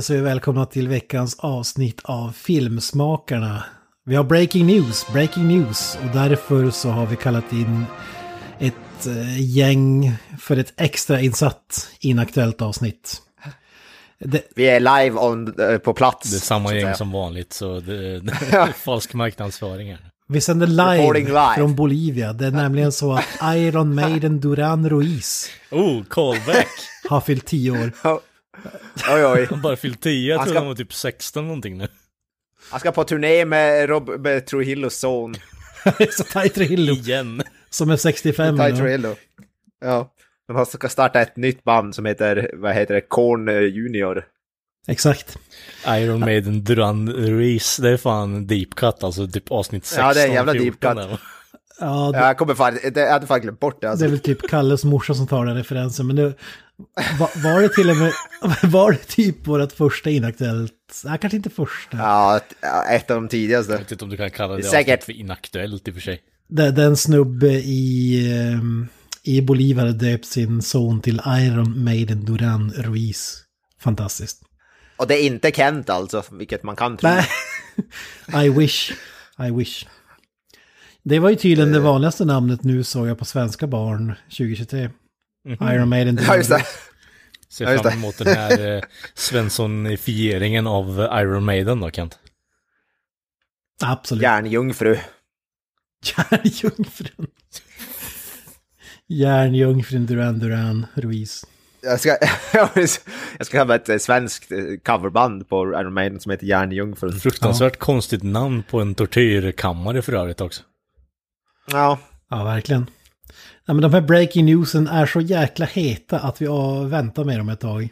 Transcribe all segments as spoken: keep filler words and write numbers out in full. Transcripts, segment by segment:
hälsar vi välkomna till veckans avsnitt av Filmsmakarna. Vi har breaking news, breaking news och därför så har vi kallat in ett gäng för ett extra insatt inaktuellt avsnitt. Det, vi är live on, på plats. Det är samma gäng som vanligt, så det, det är falsk marknadsföring. Vi sänder live, live från Bolivia. Det är nämligen så att Iron Maiden Duran Ruiz oh, callback. har fyllt tio år. Oj, oj. Han bara fyllt tio, jag tror ska... han var typ sexton någonting nu. Han ska på turné med, Rob, med Trujillos son. Så Ty Trujillo. Igen. Som är sextiofem. Ty Trujillo. Ja. De ska starta ett nytt band som heter, vad heter det, Korn Junior. Exakt. Iron Maiden Duran Ruiz, det är fan deep cut, alltså typ avsnitt sexton. Ja, det är en jävla deep cut. Ja, det... jag kommer fan, jag hade fan glömt bort det. Alltså. Det är väl typ Kalles morsa som tar den referensen, men det var, var det till och med, var det typ vårt första inaktuellt? Nej, kanske inte första. Ja, ett av de tidigaste. Jag vet inte om du kan kalla det säkert för inaktuellt i och för sig. Det, den snubbe i... Um... i Bolivia döpt sin son till Iron Maiden Duran Ruiz. Fantastiskt. Och det är inte Kent alltså, vilket man kan tro. Nej, I wish. I wish. Det var ju tydligen uh, det vanligaste namnet nu, såg jag på svenska barn tjugohundratjugotre. Mm-hmm. Iron Maiden Duran Ruiz. Ser ja, fram emot den här eh, Svenssonifieringen av Iron Maiden då, Kent. Absolut. Järnjungfru. Järnjungfrun. Järnjungfrun Duran Duran Ruiz. Jag ska, jag ska ha ett svenskt coverband på Iron Maiden som heter Järnjungfrun. Fruktansvärt ja. Konstigt namn på en tortyrkammare för övrigt också. Ja. Ja, verkligen. Ja, men de här breaking newsen är så jäkla heta att vi väntar med dem ett tag.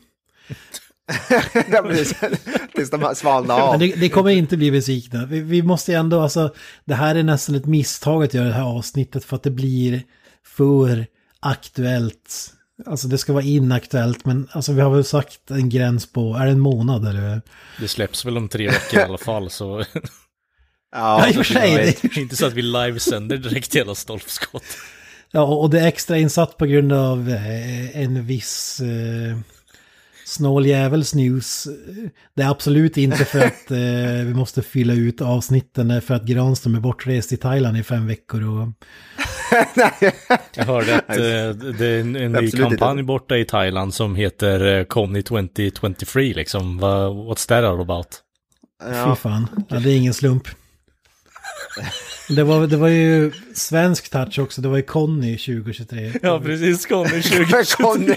Tills de svalnar av. Men det, det kommer inte bli besvikna. Vi, vi måste ändå, alltså, det här är nästan ett misstag att göra det här avsnittet för att det blir för aktuellt. Alltså det ska vara inaktuellt, men alltså vi har väl sagt en gräns på, är det en månad eller? Det släpps väl om tre veckor i alla fall, så... Ja, i och för sig. Det är inte så att vi livesänder direkt hela stolpskott. Ja, och det är extra insatt på grund av eh, en viss eh, snåljävels news. Det är absolut inte för att eh, vi måste fylla ut avsnitten, för att Granström är bortrest i Thailand i fem veckor och... Jag hörde att eh, det är en, en ny kampanj inte. borta i Thailand som heter eh, Kony tjugo tjugofyra liksom. Va, what's that all about? Ja. Fy fan, ja, det är ingen slump. Det var, det var ju svensk touch också, det var ju Conny tjugohundratjugotre. Ja, precis, Conny tjugohundratjugotre.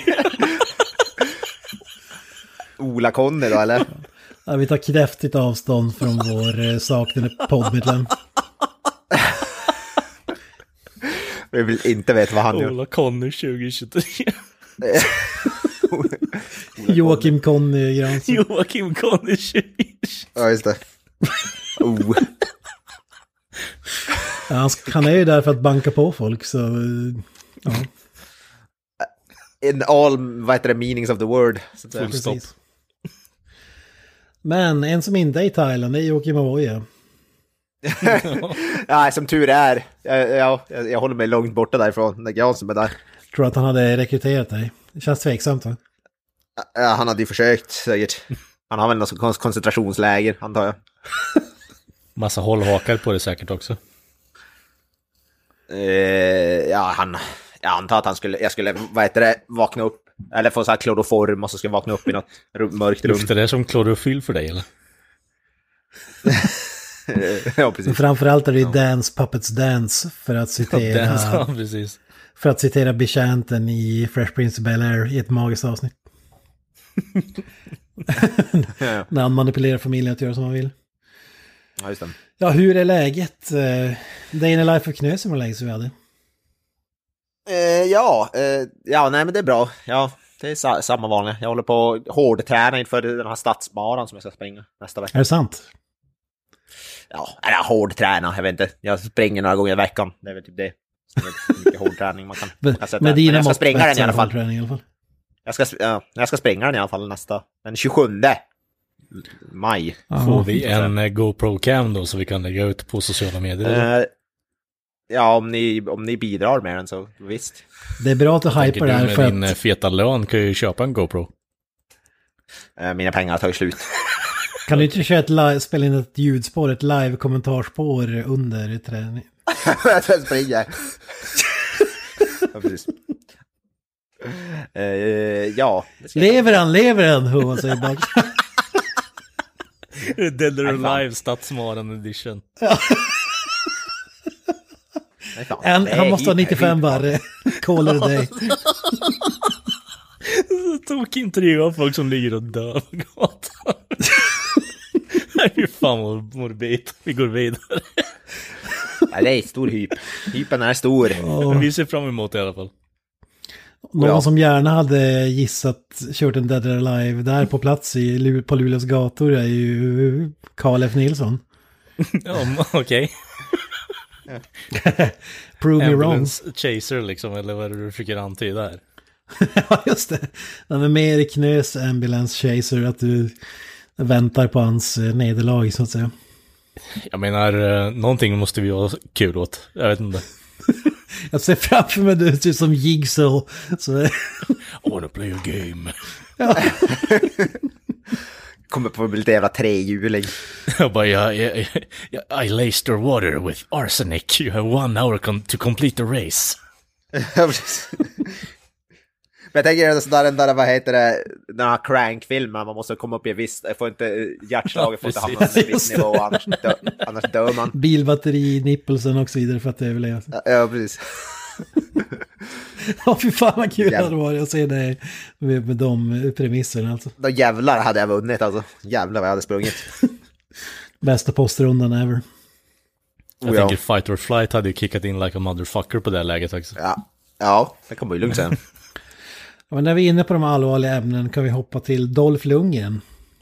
Ola Conny då, eller? Ja, vi tar kraftigt avstånd från vår eh, saknade poddmedlem. Vi vill inte veta vad han gör. Ola Conny tjugohundratjugotre. Joakim Conny Granström. Joakim Conny tjugohundratjugotre. Ja, just det. Oh. Ja, han, han är ju där för att banka på folk, så... Ja. In all, vad heter det, meanings of the word. Full stopp. Men en som inte är i Thailand är Joakim Avoya. Ja, som tur är. Jag, jag, jag, jag håller mig långt borta därifrån. Det är jag som är där. Tror att han hade rekryterat dig? Det känns tveksamt, va? Ja, han hade ju försökt, säkert. Han har väl något koncentrationsläger, antar jag. Massa hållhakar på det säkert också. Uh, ja, han... Jag antar att han skulle... Jag skulle, vad heter det, vakna upp. Eller få så här kloroform och så ska jag vakna upp i något mörkt rum. Luktar det som klorofyll för dig, eller? Ja, precis. Men framförallt är det ju Dance Puppets Dance, för att citera... Dance, ja, precis. För att citera Bichanten i Fresh Prince of Bel-Air i ett magiskt avsnitt. Ja. När han manipulerar familjen att göra som han vill. Ja, just det. Ja, hur är läget? Day in the life of Knösen var läget som vi hade. Uh, ja, uh, ja, nej men det är bra. Ja, det är sa- samma vanliga. Jag håller på att hårdträna inför den här stadsmaran som jag ska springa nästa vecka. Är det sant? Ja, eller hårdträna, jag vet inte. Jag springer några gånger i veckan. Det är väl typ det. Det är mycket hårdträning man kan, man kan sätta. Med dina men jag ska springa den i alla fall. I alla fall. Jag ska, ja, jag ska springa den i alla fall nästa, den tjugosjunde maj. Aha. Får vi en uh, GoPro-cam då så vi kan lägga ut på sociala medier? Uh, ja, om ni, om ni bidrar med den så visst. Det är bra att du hypar det här för för din att... feta lön kan ju köpa en GoPro. Mina pengar har tagit slut. Kan du inte köra ett live, spela in ett ljudspår, ett live-kommentarspår under träning? Jag springer. Ja, precis. Uh, ja. Lever han, lever han, hur man säger bak. Dead or Alive Stadsmaren edition. Ja. Nej, fan. En, Nej, han måste ha nittiofem hit. bara. Call it a day. Tog inte det av folk som ligger och dör på gatan. Nej, fy fan vad morbid. Vi går vidare. Ja, det är stor hyp. Hypen är stor. Oh. Men vi ser fram emot det i alla fall. Någon ja. som gärna hade gissat kört en Dead or Alive där på plats i, på Luleås gator är ju Carl F. Nilsson. Ja, okej. Prove me wrong. Ambulance chaser liksom, eller vad är det du försöker antyda här? Ja, just det. Den är mer knös ambulance chaser, att du väntar på hans nederlag så att säga. Jag menar, någonting måste vi ha kul åt. Jag vet inte. Jag ser framför mig du ser som Jigsaw. Så... I wanna play a game. Ja. Kommer på lite jävla trehjuling. Jag bara, jag, jag, jag, I laced your water with arsenic. You have one hour com- to complete the race. Men jag tänker sådär den där, vad heter det, den här Crank-filmen, man måste komma upp i en viss, får inte, hjärtslaget får inte hamna på en viss nivå, annars, dö, annars dör man. Bilbatteri, nippelsen och så vidare för att överleva. Ja, ja precis. Ja, fy fan vad kul det hade varit att se det med, med de premisserna alltså. Då jävlar hade jag vunnit alltså. Jävlar vad jag hade sprungit. Bästa postrundan ever. Jag oh, tänker ja. Fight or Flight hade ju kickat in like a motherfucker på det här läget också. Ja, ja det kan man ju lugnt säga. Ja, men när vi är inne på de allvarliga ämnen kan vi hoppa till Dolph Lundgren.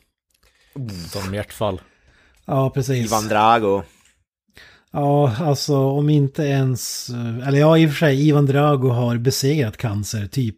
Som hjärtfall. Ja, precis. Ivan Drago. Ja, alltså om inte ens... Eller ja, i och för sig, Ivan Drago har besegrat cancer, typ.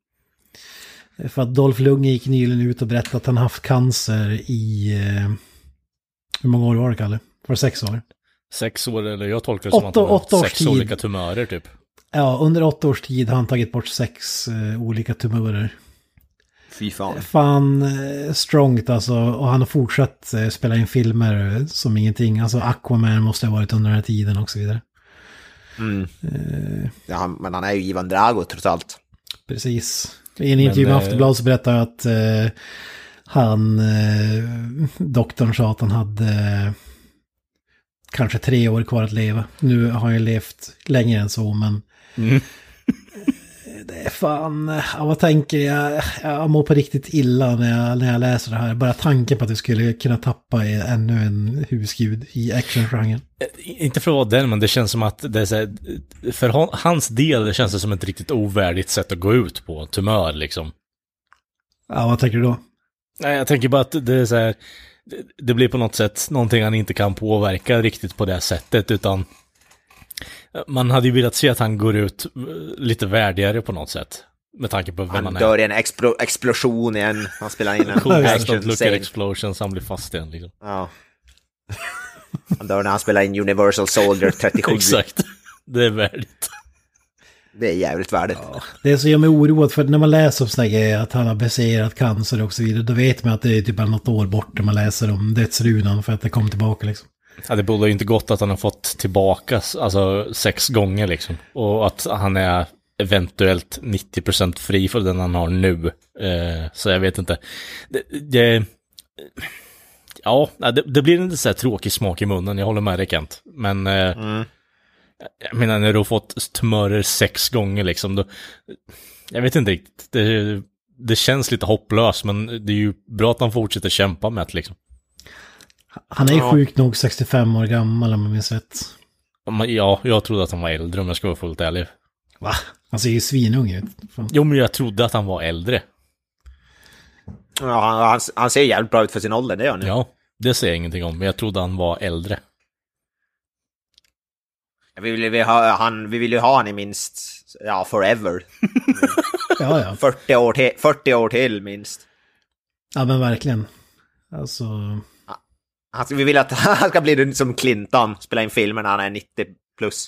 För att Dolph Lundgren gick nyligen ut och berättade att han haft cancer i... Eh, hur många år var det, Kalle? Var det sex år? Sex år, eller jag tolkar det som åtta, att det var åtta års sex tid. olika tumörer typ. Ja, under åtta års tid har han tagit bort sex eh, olika tumörer. Fy fan. Fan eh, strongt alltså. Och han har fortsatt eh, spela in filmer eh, som ingenting. Alltså Aquaman måste ha varit under den här tiden och så vidare. Mm. Eh, Ja, men han är ju Ivan Drago trots allt. Precis. I en intervju med Men, Aftonbladet så berättar jag att eh, han, eh, doktorn sa att han hade eh, kanske tre år kvar att leva. Nu har han ju levt längre än så, men Mm. det är fan, ja, vad tänker jag? Jag mår på riktigt illa när jag, när jag läser det här. Bara tanken på att jag skulle kunna tappa ännu en husgud i actiongenren. Inte för att vara den, men det känns som att det är så här, för hans del det känns det som ett riktigt ovärdigt sätt att gå ut på, tumör liksom. Ja, vad tänker du då? Nej, jag tänker bara att det är så här, det, det blir på något sätt någonting han inte kan påverka riktigt på det sättet, utan man hade ju velat se att han går ut lite värdigare på något sätt. Med tanke på vem han, Han är. dör i en explo- explosion igen. Han spelar in en Cool action Don't Look scene. at Explosion, så han blir fast igen liksom. Ja. Han dör när han spelar in Universal Soldier trettiosju. Exakt, det är värdigt. Det är jävligt värdigt. Ja, det är så jag är oroad för när man läser om sådana grejer att han har besegrat cancer och så vidare. Då vet man att det är typ bara något år bort när man läser om dödsrunan för att det kom tillbaka liksom. Ja, det borde ju inte gott att han har fått tillbaka alltså sex gånger liksom. Och att han är eventuellt nittio procent fri för den han har nu. Eh, så jag vet inte. Det, det, ja, det, det blir inte så här tråkig smak i munnen. Jag håller med dig, Kent. Men eh, Mm. jag menar, när du har fått tumörer sex gånger liksom. Då, jag vet inte riktigt. Det, det känns lite hopplöst, men det är ju bra att han fortsätter kämpa med det liksom. Han är ju Ja. sjukt nog sextiofem år gammal om jag minns rätt. Ja, jag trodde att han var äldre om jag ska vara fullt ärlig. Va? Han ser ju svinung ut. Fan. Jo, men jag trodde att han var äldre. Ja, han, han, han ser jävligt bra ut för sin ålder, det gör han ju. Ja, det säger jag ingenting om, men jag trodde han var äldre. Vi vill, vi, ha, han, vi vill ju ha han i minst, ja, forever. Ja, ja. fyrtio år till, fyrtio år till minst. Ja, men verkligen. Alltså... Han, vi vill att han ska bli som Clinton, spela in filmer när han är nittio plus.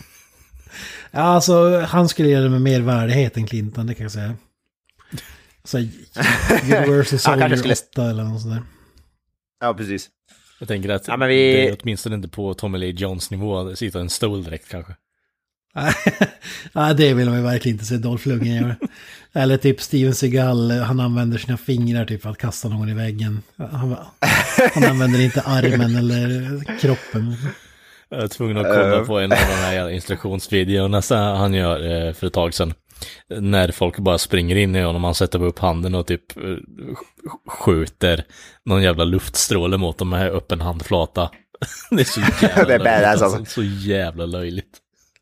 Ja, alltså han skulle göra det med mer värdighet än Clinton, det kan jag säga. Så Universal Soldier ja, skulle... åtta eller något sådär. Ja, precis. Jag tänker att ja, men vi... det är åtminstone inte på Tommy Lee Jones nivå. Sitta en stol direkt kanske. Nej, det vill man ju verkligen inte se Dolph Lundgren göra. Eller typ Steven Seagal, han använder sina fingrar typ för att kasta någon i väggen. Han, han använder inte armen eller kroppen. Jag är tvungen att kolla på en av de här instruktionsvideorna han gör för ett tag sedan. När folk bara springer in i honom, man sätter upp handen och typ skjuter någon jävla luftstråle mot dem med öppen handflata. Det är så jävla det är löjligt, alltså. alltså. Så jävla löjligt.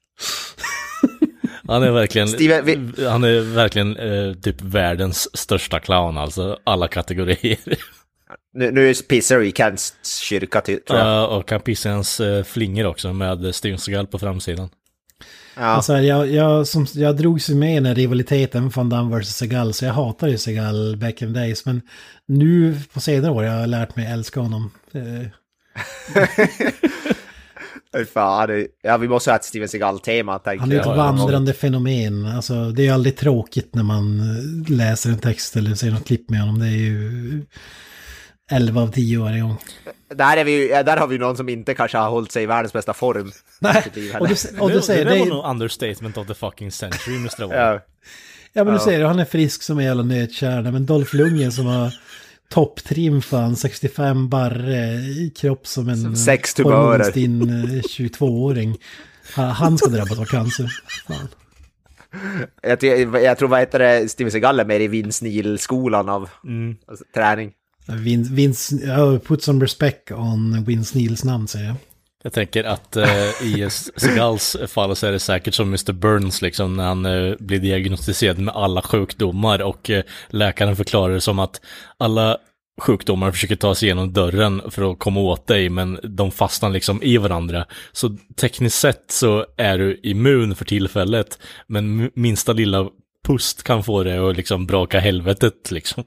Han är verkligen Steven, vi... han är verkligen eh, typ världens största clown, alltså alla kategorier. Nu, nu pissar i Kents kyrka till, tror jag. Ja, och han pissar hans eh, flinger också med Steven Seagal på framsidan. Ja. Alltså, jag, jag, som, jag drog sig med i den här rivaliteten Van Damme versus Seagal, så jag hatar ju Seagal back in the days, men nu på senare år jag har lärt mig älska honom. Fan, det, ja, vi måste ha ett Steven Seagal-tema. Han är ett vandrande fenomen. Alltså, det är ju aldrig tråkigt när man läser en text eller ser något klipp med honom. Det är ju elva av tio varje gång. Där, är vi, där har vi någon som inte kanske har hållit sig i världens bästa form. Nej, och du, och du säger... Det, det, det var det nog understatement of the fucking century, mister Wall. Ja. Ja, men du säger han är frisk som en jävla nötkärna. Men Dolph Lundgren som har topptrim fan, sextiofem barre i kropp som en hormonstinn tjugotvååring. Han ska drabbas av cancer. Fan. Jag, jag tror vad heter det, Steven Seagal är mer i Vince Neil-skolan av mm. alltså, träning. Vince, Vince uh, put some respect on Vince Neils namn, säger jag. Jag tänker att uh, i Seagals fall så är det säkert som mister Burns liksom, när han uh, blir diagnostiserad med alla sjukdomar och uh, läkaren förklarar det som att alla sjukdomar försöker ta sig igenom dörren för att komma åt dig, men de fastnar liksom i varandra. Så tekniskt sett så är du immun för tillfället, men minsta lilla pust kan få det och liksom braka helvetet liksom.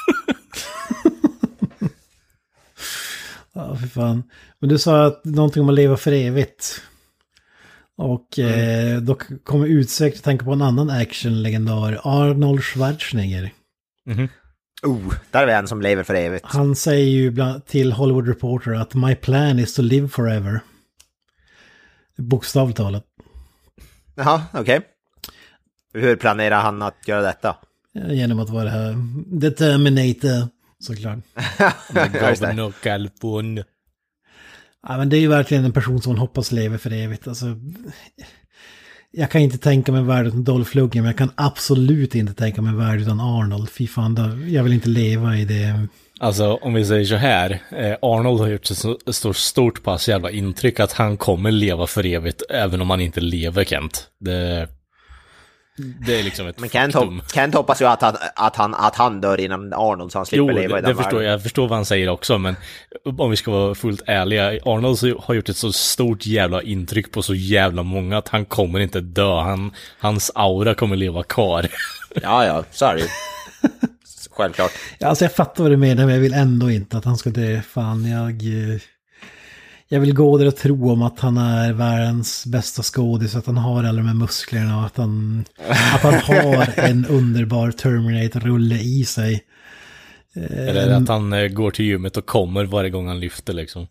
Ja, för fan. Men du sa att någonting om att leva för evigt. Och mm. eh, då kommer utsökt att tänka på en annan actionlegendar, Arnold Schwarzenegger. Mm-hmm. Oh, där är vi en som lever för evigt. Han säger ju bland, till Hollywood Reporter att my plan is to live forever. Bokstavligt talat. Jaha, okej. Okay. Hur planerar han att göra detta? Genom att vara här The Terminator, såklart. Governor California. Ja, men det är ju verkligen en person som hoppas lever för evigt. Alltså, jag kan inte tänka mig värld utan Dolph Lundgren, men jag kan absolut inte tänka mig värld utan Arnold. Fy fan, då, jag vill inte leva i det. Alltså, om vi säger så här, eh, Arnold har gjort så, så stort pass jävla intryck att han kommer leva för evigt, även om han inte lever, Kent. Det, det är liksom ett men Kent, hopp, Kent hoppas ju att han, att, han, att han dör innan Arnold, så han slipper jo, leva i den det förstår världen. Jag förstår vad han säger också, men om vi ska vara fullt ärliga, Arnold har gjort ett så stort jävla intryck på så jävla många att han kommer inte dö. Han, hans aura kommer leva kvar. Ja, ja, så är det ju. Självklart. Ja, alltså jag fattar vad du menar, men jag vill ändå inte att han ska dö. Fan, jag... Jag vill gå där och tro om att han är världens bästa skådis, att han har alla de här musklerna och att han, att han har en underbar Terminator-rulle i sig. Eller att han går till gymmet och kommer varje gång han lyfter liksom.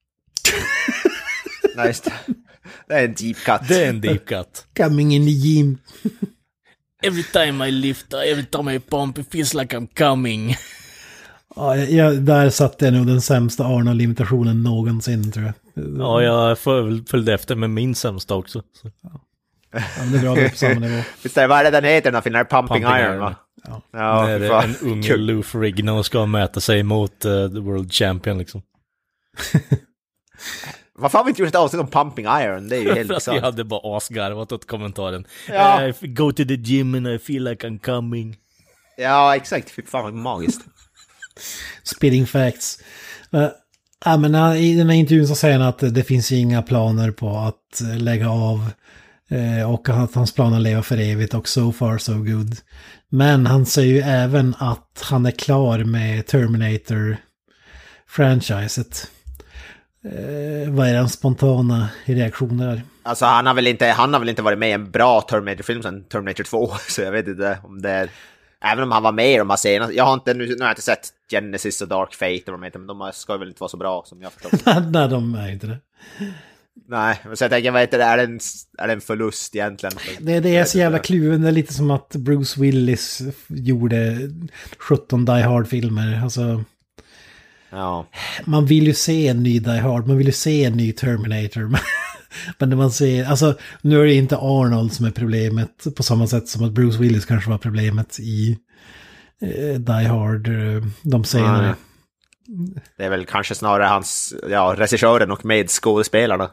Nice. Det är en deep cut. Det är en deep cut. Coming in the gym. Every time I lift, every time I pump, it feels like I'm coming. Ja, jag, där satt jag nog den sämsta Arnold-imitationen någonsin, tror jag. Ja, jag följde efter med min sämsta också. Så. Ja. Ja, men det är bra, det är på samma nivå. Visst är det, vad är det den heter, den finnar Pumping, Pumping Iron, Iron, va? Ja. Ja, när det en ung Lou Ferrigno ska mäta sig mot uh, the world champion, liksom. Varför har vi inte gjort ett avsnitt om Pumping Iron? Det är ju helt exakt. Jag hade bara asgarvat åt kommentaren. Ja. I go to the gym and I feel like I'm coming. Ja, exakt. Fy fan vad magiskt. Spitting facts. Uh, ja, men uh, i den här intervjun så säger han att det finns inga planer på att uh, lägga av uh, och att hans planer lever för evigt och so far so good. Men han säger ju även att han är klar med Terminator-franchiset. Uh, vad är den spontana reaktionen? Alltså han har väl inte, han har väl inte varit med i en bra Terminator-film sedan Terminator två, så jag vet inte om det är... även om han var med i de här scenerna. Jag har inte, nu, nu har jag inte sett Genesis och Dark Fate, och de heter, men de ska väl inte vara så bra som jag förstår. Nej, de är inte det. Nej, så jag tänker, vad heter det, är det en, är det en förlust egentligen? Det, det är så jävla kluven, det är lite som att Bruce Willis gjorde sjutton Die Hard-filmer. Alltså, ja. Man vill ju se en ny Die Hard, man vill ju se en ny Terminator. Men när man ser, alltså nu är det inte Arnold som är problemet på samma sätt som att Bruce Willis kanske var problemet i eh, Die Hard, de senare. Ja. Det är väl kanske snarare hans, ja, regissören och medskådespelarna.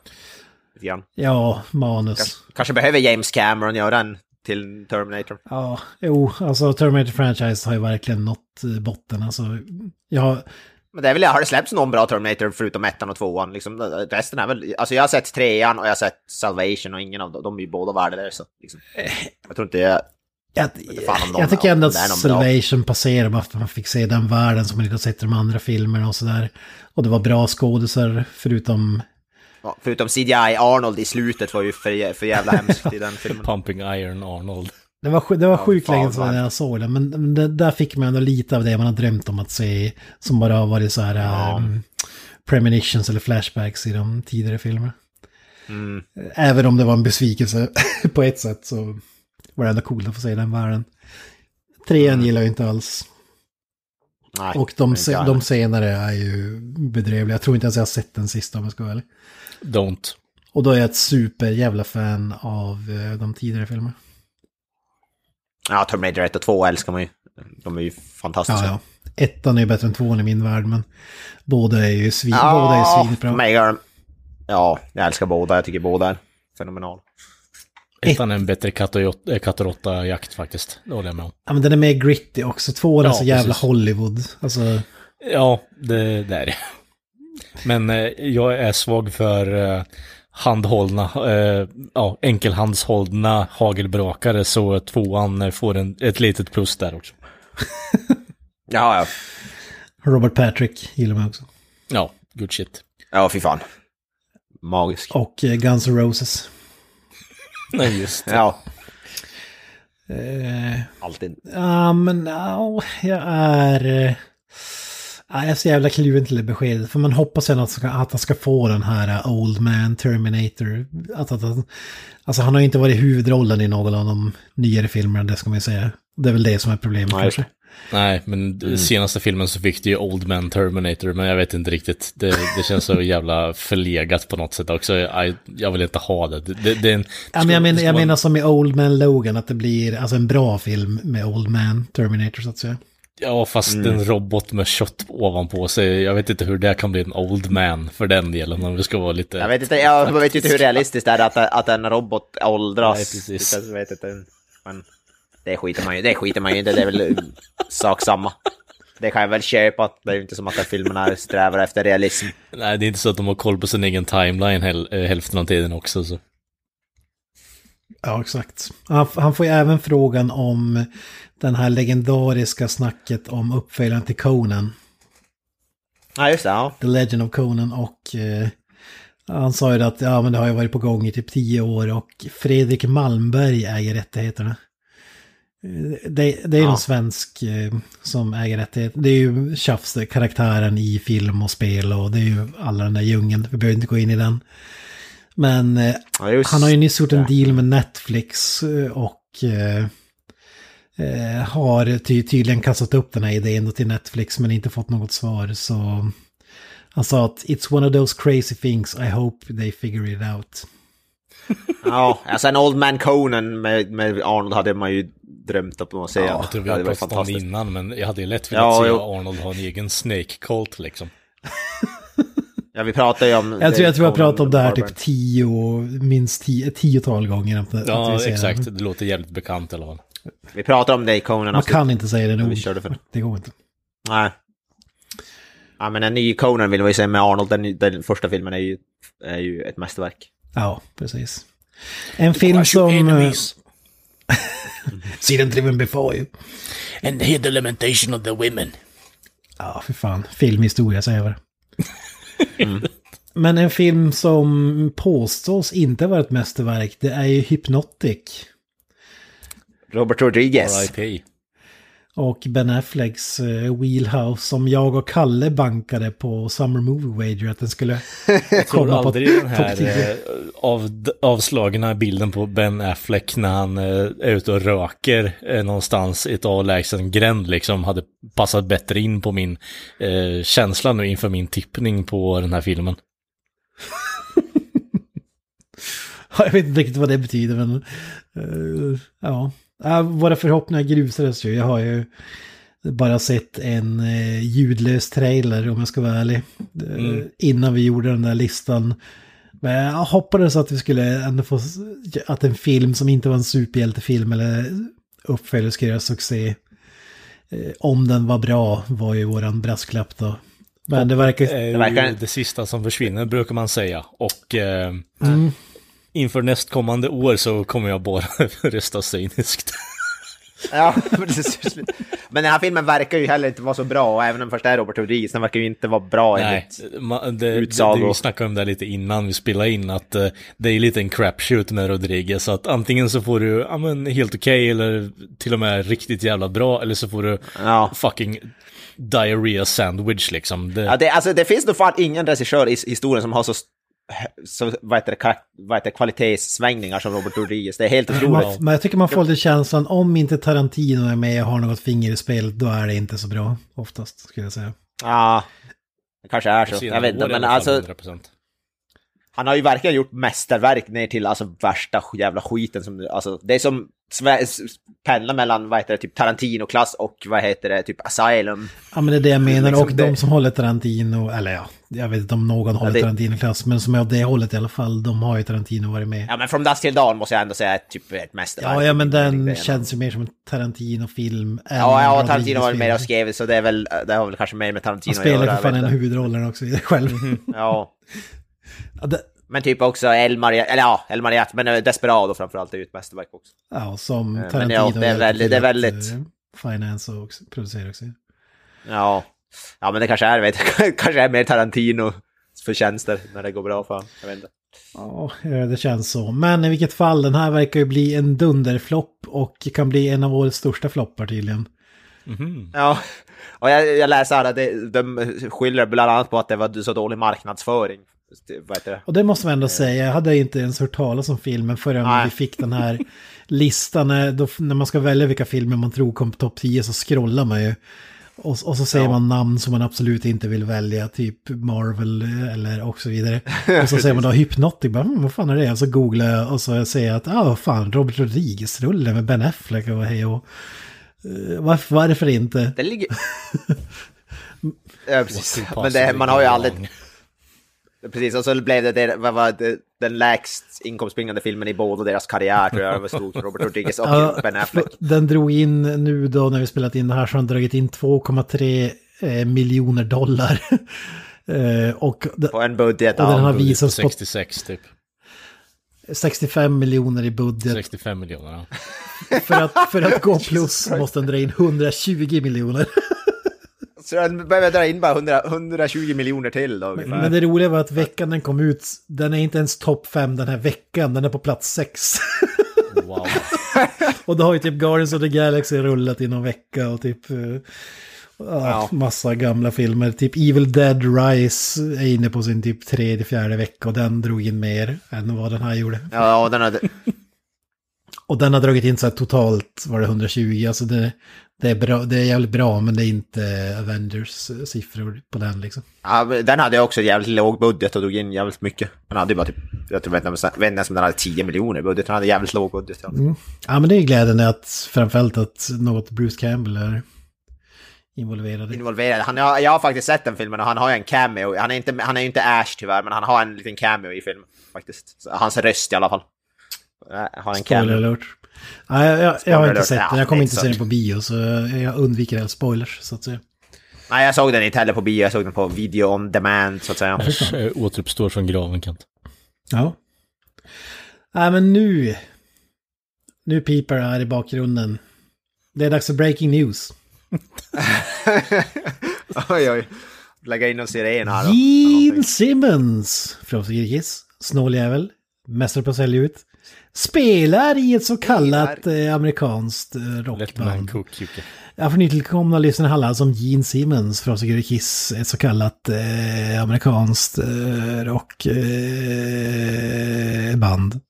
Ja, manus. Kanske, kanske behöver James Cameron göra en till Terminator. Ja, jo, alltså Terminator-franchise har ju verkligen nått botten. Alltså, jag... Men det är väl, har det släppts någon bra Terminator förutom ettan och tvåan? Liksom, resten är väl, alltså jag har sett trean och jag har sett Salvation och ingen av dem, de är ju båda värda där, så liksom. Jag tror inte jag... Jag, jag, jag tycker ändå att Salvation passerar bara för att man fick se den världen som man inte har sett i de andra filmerna och sådär. Och det var bra skådisar förutom... Ja, förutom C G I Arnold i slutet var ju för, för jävla hemskt i den filmen. Pumping Iron Arnold. Det var, det var ja, sjukt länge sedan jag såg det, men, men det, där fick man ändå lite av det man har drömt om att se, som bara har varit så här ja. um, premonitions eller flashbacks i de tidigare filmerna. Mm. Även om det var en besvikelse på ett sätt så var det ändå coolt att få se den världen. Trean mm. gillar jag inte alls. Nej, och de, se, de senare är ju bedrövliga. Jag tror inte ens jag har sett den sista om jag ska vara ärlig. Don't. Och då är jag ett super jävla fan av uh, de tidigare filmerna. Ja, Terminator ett och två älskar man ju. De är ju fantastiska. Ja, ja. Ettan är ju bättre än tvåan i min värld, men båda är ju svin, ja, båda är svinbra. Mega, ja, jag älskar båda. Jag tycker båda är fenomenal. Ettan är en bättre katt och råtta-jakt faktiskt. Det håller jag med om. Ja, men den är mer gritty också. Tvåan är ja, så jävla precis. Hollywood. Alltså... Ja, det, det är det. Men eh, jag är svag för... Eh, handhållna, eh, ja, enkelhandshållna hagelbrakare, så tvåan får en, ett litet plus där också. ja, ja. Robert Patrick gillar man också. Ja, good shit. Ja, fy fan. Magisk. Och eh, Guns N' Roses. Nej, just det. Ja. Eh, Alltid. Ja, men ja, jag är... Eh, jag är så jävla kluven till det beskedet. För man hoppas ju att, att han ska få den här Old Man Terminator. Att, att, att, alltså han har ju inte varit huvudrollen i någon av de nyare filmerna, det ska man ju säga. Det är väl det som är problemet. Nej, kanske. Nej, men mm. senaste filmen så fick det ju Old Man Terminator. Men jag vet inte riktigt. Det, det känns så jävla förlegat på något sätt också. Jag, jag vill inte ha det. det, det är en, ja, men jag, men, jag menar som i Old Man Logan, att det blir alltså en bra film med Old Man Terminator så att säga. Ja, fast mm. en robot med kött ovanpå sig. Jag vet inte hur det kan bli en old man för den delen. Om det ska vara lite... Jag vet inte, jag vet inte hur realistiskt det är att, att en robot åldras. Nej, precis. Jag vet inte, men det skiter man ju, det skiter man ju inte. Det är väl sak samma. Det kan jag väl köpa. Det är ju inte som att filmerna strävar efter realism. Nej, det är inte så att de har koll på sin egen timeline häl- hälften av tiden också. Så. Ja, exakt. Han, han får ju även frågan om den här legendariska snacket om uppföljaren till Conan. Ja, just det. Ja. The Legend of Conan. Och eh, han sa ju att ja, men det har ju varit på gång i typ tio år. Och Fredrik Malmberg äger rättigheterna. Det, det är ja. någon svensk eh, som äger rättigheterna. Det är ju tjafs, karaktären i film och spel. Och det är ju alla den där djungeln. Vi behöver inte gå in i den. Men eh, ja, han har ju nyss gjort en deal med Netflix och eh, eh, har ty- tydligen kastat upp den här idén till Netflix men inte fått något svar. Så han sa att it's one of those crazy things, I hope they figure it out. Ja, alltså en Old Man Conan med, med Arnold hade man ju drömt upp att se. Ja, jag tror vi har pratat om det innan, men jag hade ju lätt velat ja, se jo. Arnold ha en egen Snake Cult liksom. Ja, vi pratar ju om... Jag tror jag tror jag pratat om det här typ tio, minst tio, tiotal gånger. Att, ja, att exakt. Det. det låter jävligt bekant eller vad. Vi pratar om det i Conan. Man kan inte säga det nog. Vi körde för det. Det går inte. Nej. Ja, men en ny Conan vill vi se med Arnold. Den, den första filmen är ju, är ju ett mästerverk. Ja, precis. En film som... See them driven before you. And hear the lamentation of the women. Ja, för fan. Filmhistoria säger jag. Mm. Men en film som påstås inte vara ett mästerverk, det är ju Hypnotic. Robert Rodriguez. R I P Och Ben Afflecks uh, Wheelhouse som jag och Kalle bankade på Summer Movie Wager att den skulle jag tror komma aldrig på den här eh, av, avslagna bilden på Ben Affleck när han eh, är ute och röker eh, någonstans i ett avlägsen gränd liksom hade passat bättre in på min eh, känsla nu inför min tippning på den här filmen. Jag vet inte riktigt vad det betyder, men uh, ja. Uh, våra förhoppningar grusades ju. Jag har ju bara sett en uh, ljudlös trailer, om jag ska vara ärlig, uh, mm. innan vi gjorde den där listan. Men jag hoppades att vi skulle ändå få, att en film som inte var en superhjältefilm eller uppföljare skulle göra succé. Uh, om den var bra var ju våran brasklapp då. Men det verkar... Det verkar det sista som försvinner, brukar man säga. Och... Uh, mm. Inför nästkommande år så kommer jag bara rösta cyniskt. Ja, men den här filmen verkar ju heller inte vara så bra. Och även den första är Robert Rodriguez, den verkar ju inte vara bra. Nej, man, det, det, det vi snackade om det lite innan vi spelade in, att uh, det är lite en crapshoot med Rodriguez. Så att antingen så får du ja, men, helt okej okay, eller till och med riktigt jävla bra, eller så får du ja. fucking diarrhea sandwich liksom. Det... Ja, det, alltså, det finns nog fan ingen regissör i historien som har så så vad heter det, vad heter det, kvalitetssvängningar som Robert Rodriguez. Det är helt otroligt. Men jag tycker man får lite känslan, om inte Tarantino är med och har något finger i spelet, då är det inte så bra oftast, skulle jag säga. Ja, det kanske är så. Jag vet inte, men alltså hundra procent. Han har ju verkligen gjort mästerverk ner till alltså värsta jävla skiten som, alltså det är som pendla mellan vad heter det, typ Tarantino-klass och vad heter det, typ Asylum. Ja, men det är det jag menar, liksom och det... de som håller Tarantino, eller ja, jag vet inte om någon håller ja, det... Tarantino-klass, men som är av det hållet i alla fall, de har ju Tarantino varit med. Ja, men From Dusk Till Dawn måste jag ändå säga typ ett mästerverk. Ja, ja, men den det, känns ju mer som en Tarantino-film. Ja, ja, Tarantino har varit med och skrivit, så det är väl, det har väl kanske mer med Tarantino att göra. Han spelar för fan en huvudrollen också själv. Ja. Ja, det... Men typ också El Mariachi, eller ja, El Mariachi, men Desperado framförallt är ju ett mästerverk också. Ja, som Tarantino. Men ja, det är väldigt... Det är väldigt... Finance och producera också. Ja. Ja, men det kanske är, vet, kanske är mer Tarantino förtjänster när det går bra för han. Jag vet inte. Ja, det känns så. Men i vilket fall, den här verkar ju bli en dunderflopp och kan bli en av årets största floppar tydligen. Mm-hmm. Ja, och jag, jag läser här att det, de skyller bland annat på att det var så dålig marknadsföring. Vad heter det? Och det måste man ändå säga, jag hade inte ens hört talas om filmen förrän Nej. vi fick den här listan. Då, när man ska välja vilka filmer man tror kom på topp tio så scrollar man ju. Och, och så säger ja. man namn som man absolut inte vill välja, typ Marvel eller och så vidare. Och så säger man då Hypnotic, bara, hm, vad fan är det? Och så googlar jag och så säger jag att, ja ah, fan, Robert Rodriguez-rulle med Ben Affleck och hej och uh, varför, varför inte? Det ligger... ja, precis. Men det, man har ju aldrig... Precis, och så blev det, det, vad var det den lägst inkomstbringande filmen i båda deras karriär, tror jag, var stod Robert Rodriguez och ja, Ben Affleck. Den drog in nu då, när vi spelat in det här, så har den dragit in två komma tre eh, miljoner dollar. eh, och på en budget, och den har budget visats på sextiosex typ. sextiofem miljoner i budget. sextiofem miljoner, ja. för, att, för att gå plus måste den dra in hundratjugo miljoner. Så den behöver dra in bara hundra, hundratjugo miljoner till då. Men, men det roliga var att veckan den kom ut, den är inte ens topp fem den här veckan, den är på plats sex. Wow. Och då har ju typ Guardians of the Galaxy rullat i någon vecka och typ uh, ja. massa gamla filmer. Typ Evil Dead Rise är inne på sin typ tredje, fjärde vecka och den drog in mer än vad den här gjorde. Ja, och den hade... Och den har dragit in så här totalt var det hundratjugo, alltså det, det är bra, det är jävligt bra, men det är inte Avengers siffror på den liksom. Ja, den hade också jävligt låg budget och drog in jävligt mycket. Den hade ju bara typ, jag tror vet inte om den hade tio miljoner budget, den hade jävligt låg budget. Ja, mm. ja men det är glädjande att framförallt att något Bruce Campbell är involverad. Involverad. Han har, jag har faktiskt sett den filmen och han har ju en cameo. Han är inte, han är inte Ash tyvärr, men han har en liten cameo i filmen faktiskt. Så, hans röst i alla fall. Har en spoiler alert. Nej, jag, jag, jag har inte sett den. Jag kommer inte se den på bio, så jag undviker all spoilers, så att säga. Nej, jag såg den inte heller på bio. Jag såg den på video on demand, så att säga. Jag återuppstår från graven, Kent. Ja. Nej, men nu... Nu piper här i bakgrunden. Det är dags för breaking news. Oj, oj. Lägga in och siren här då. Gene Simmons. Från Kiss. Snåljävel. Mästare på att sälja ut. spelar i ett så kallat eh, amerikanskt eh, rockband. Ja, för nytillkomna lyssnare handlar alltså om Gene Simmons från Security Kiss, ett så kallat eh, amerikanskt eh, rockband. Eh,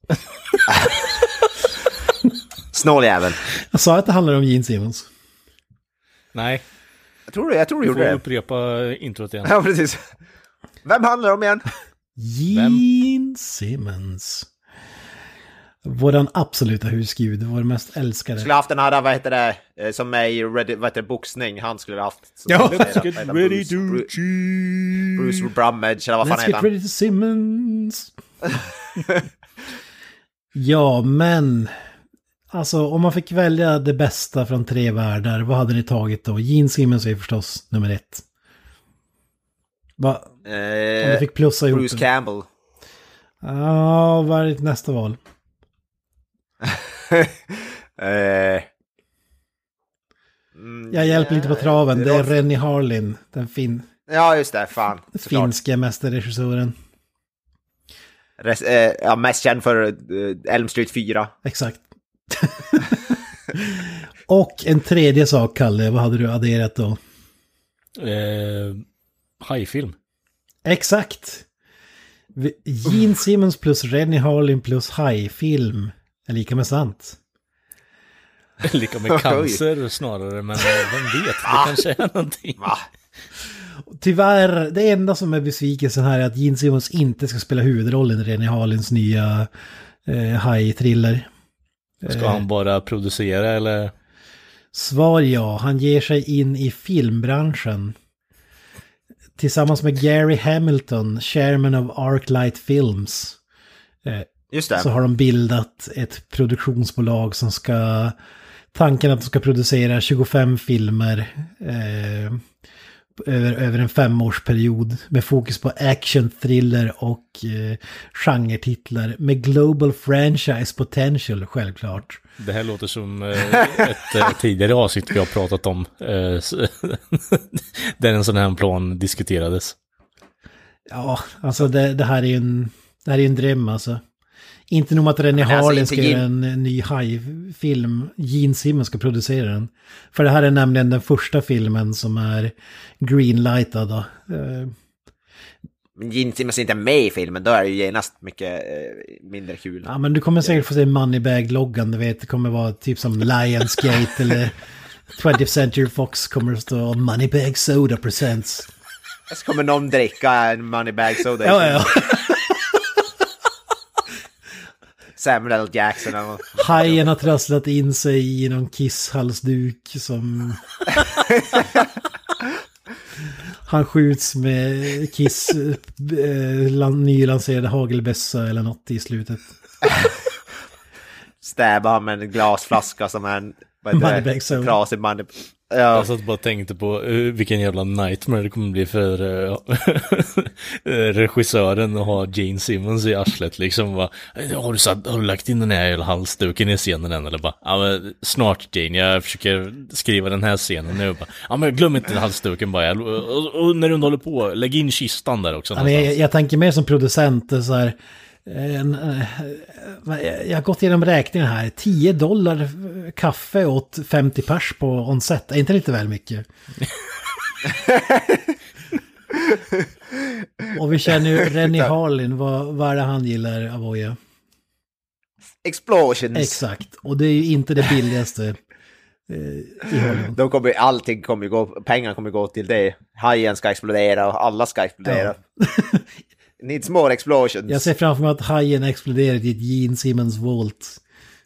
Snåljävel. Jag sa att det handlar om Gene Simmons. Nej. Jag tror det, jag tror du gjorde det. Du får upprepa introt igen. Ja, precis. Vem handlar det om igen? Gene Simmons. Våran absoluta husgud, vår mest älskade. Skulle haft den här, vad heter det, som är i ready, vad heter det, boxning. Han skulle ha haft. Ja, let's get ready Bruce, to Bruce, cheese. Bruce Brummage, eller vad fan Let's heter get han? ready to Simmons. Ja, men... Alltså, om man fick välja det bästa från tre världar, vad hade ni tagit då? Gene Simmons är förstås nummer ett. Va? Eh, om du fick plussa ihop Bruce det. Campbell. Ja, vad är ditt nästa val? eh, mm, Jag hjälper lite på traven. Det är Rennie Harlin, den fin... Ja, just det. Fan. Finska mästerregissören. Res, eh, ja, mest känd för eh, Elm Street fyra. Exakt. Och en tredje sak, Kalle, vad hade du adderat då? Eh, hajfilm. Exakt. Gene Simmons plus Rennie Harlin plus hajfilm är lika med sant. Lika med cancer snarare, men vem vet, det kanske är någonting. Va? Tyvärr, det enda som är besvikelsen här är att Gene Simmons inte ska spela huvudrollen i Rennie Harlins nya eh, haj-thriller. Ska han bara producera eller? Svar ja, han ger sig in i filmbranschen. Tillsammans med Gary Hamilton, chairman of Arclight Films. Just det. Så har de bildat ett produktionsbolag som ska... Tanken att de ska producera tjugofem filmer eh, över, över en femårsperiod med fokus på action, thriller och eh, genretitlar med global franchise potential, självklart. Det här låter som eh, ett eh, tidigare avsnitt vi har pratat om eh, där en sån här plan diskuterades. Ja, alltså det, det här är ju en, det här är en dröm alltså. Inte nog att Rennie Harlin alltså, ska göra en ny haj-film. Gene Simmons ska producera den. För det här är nämligen den första filmen som är greenlightad då. Men Gene Simmons är inte med i filmen, då är det ju genast mycket eh, mindre kul. Ja, men du kommer säkert få se Moneybag-loggan, du vet. Det kommer vara typ som Lionsgate eller twentieth Century Fox kommer att stå Moneybag Soda Presents. Så kommer någon dricka en Moneybag Soda. Ja, ja. Samuel L. Jackson. Eller hajen har trasslat in sig i någon kisshalsduk som... Han skjuts med Kiss eh, nylanserade hagelbössa eller något i slutet. Stäba han med en glasflaska som är en Moneybag Soda. Trasig money. Ja. Jag satt bara och tänkte på uh, vilken jävla nightmare det kommer bli för uh, regissören att ha Gene Simmons i arslet liksom. Bara, har, du satt, har du lagt in den här jävla halsduken i scenen än? Eller bara, ja men snart Gene, jag försöker skriva den här scenen nu. Bara, ja men glöm inte halsduken bara. Och, och, och när du håller på, lägg in kistan där också. Ja, men jag, jag tänker mer som producent så här. En, jag har gått igenom räkningen här. tio dollar kaffe åt femtio pers på onset. Är inte lite väl mycket? Och vi känner ju Rennie Harlin. Vad, vad är det han gillar av Oja? Explosions. Exakt. Och det är ju inte det billigaste eh, i Hollywood. De kommer, allting kommer gå, pengarna kommer gå till det. Hajen ska explodera och alla ska explodera. Ja. Needs more explosions. Jag ser framför mig att hajen exploderar i ett Gene Simmons Vault.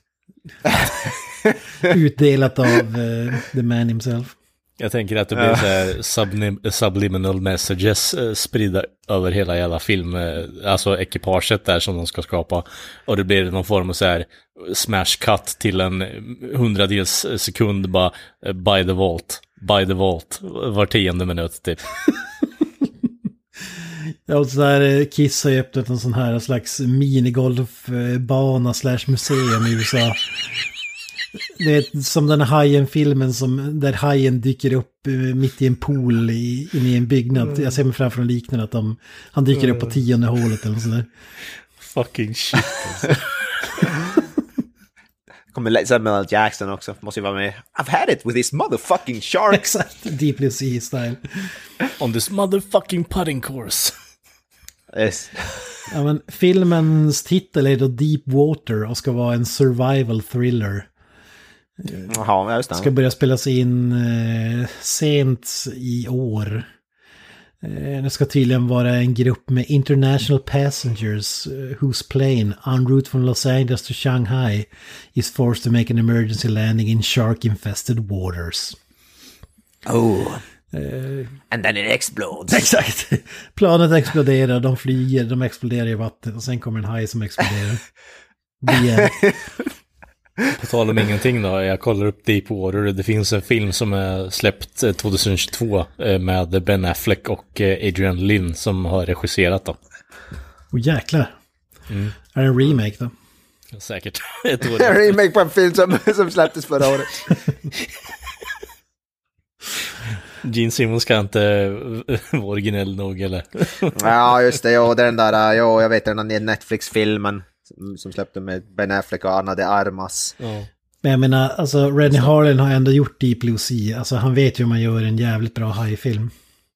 Utdelat av uh, the man himself. Jag tänker att det blir så här sublim- subliminal messages eh, spridda över hela jävla film, eh, alltså ekipaget där som de ska skapa. Och det blir någon form av så här smash cut till en hundradels sekund bara eh, by the vault, by the vault, var tionde minut typ. Ja, och så där Kiss har ju öppnat en sån här slags minigolfbana slash museum i U S A. Det är som den här hajen-filmen som, där hajen dyker upp mitt i en pool i, in i en byggnad. Mm. Jag ser mig framför en liknande att de, han dyker mm. upp på tionde hålet eller sådär. Fucking shit alltså. kommer Samuel Jackson också, måste ju vara med. I've had it with this motherfucking shark. Exakt, Deep Blue Sea style. On this motherfucking putting course. Yes. Ja, men filmens titel är då Deep Water och ska vara en survival thriller. Jaha, just det. Ska börja spelas in eh, sent i år. Eh, det ska tydligen vara en grupp med international passengers uh, whose plane en route from Los Angeles to Shanghai is forced to make an emergency landing in shark-infested waters. Oh. Eh, And then it explodes. Exakt. Planet exploderar, de flyger, de exploderar i vattnet och sen kommer en haj som exploderar. Det På tal om ingenting då, jag kollar upp Deepwater. Det finns en film som är släppt tjugohundratjugotvå med Ben Affleck och Adrian Lynn som har regisserat då. Åh jäklar. Mm. Är det en remake då? Ja, säkert. Ett år. En remake på en film som, som släpptes förra året. Gene Simmons kan inte vara originell nog, eller? Ja, just det. Ja, det är den där, ja, jag vet den där Netflix-filmen som, som släppte med Ben Affleck och Ana de Armas. Ja. Men jag menar, alltså Rennie Harlin har ändå gjort Deep Blue Sea. Alltså han vet ju hur man gör en jävligt bra hajfilm.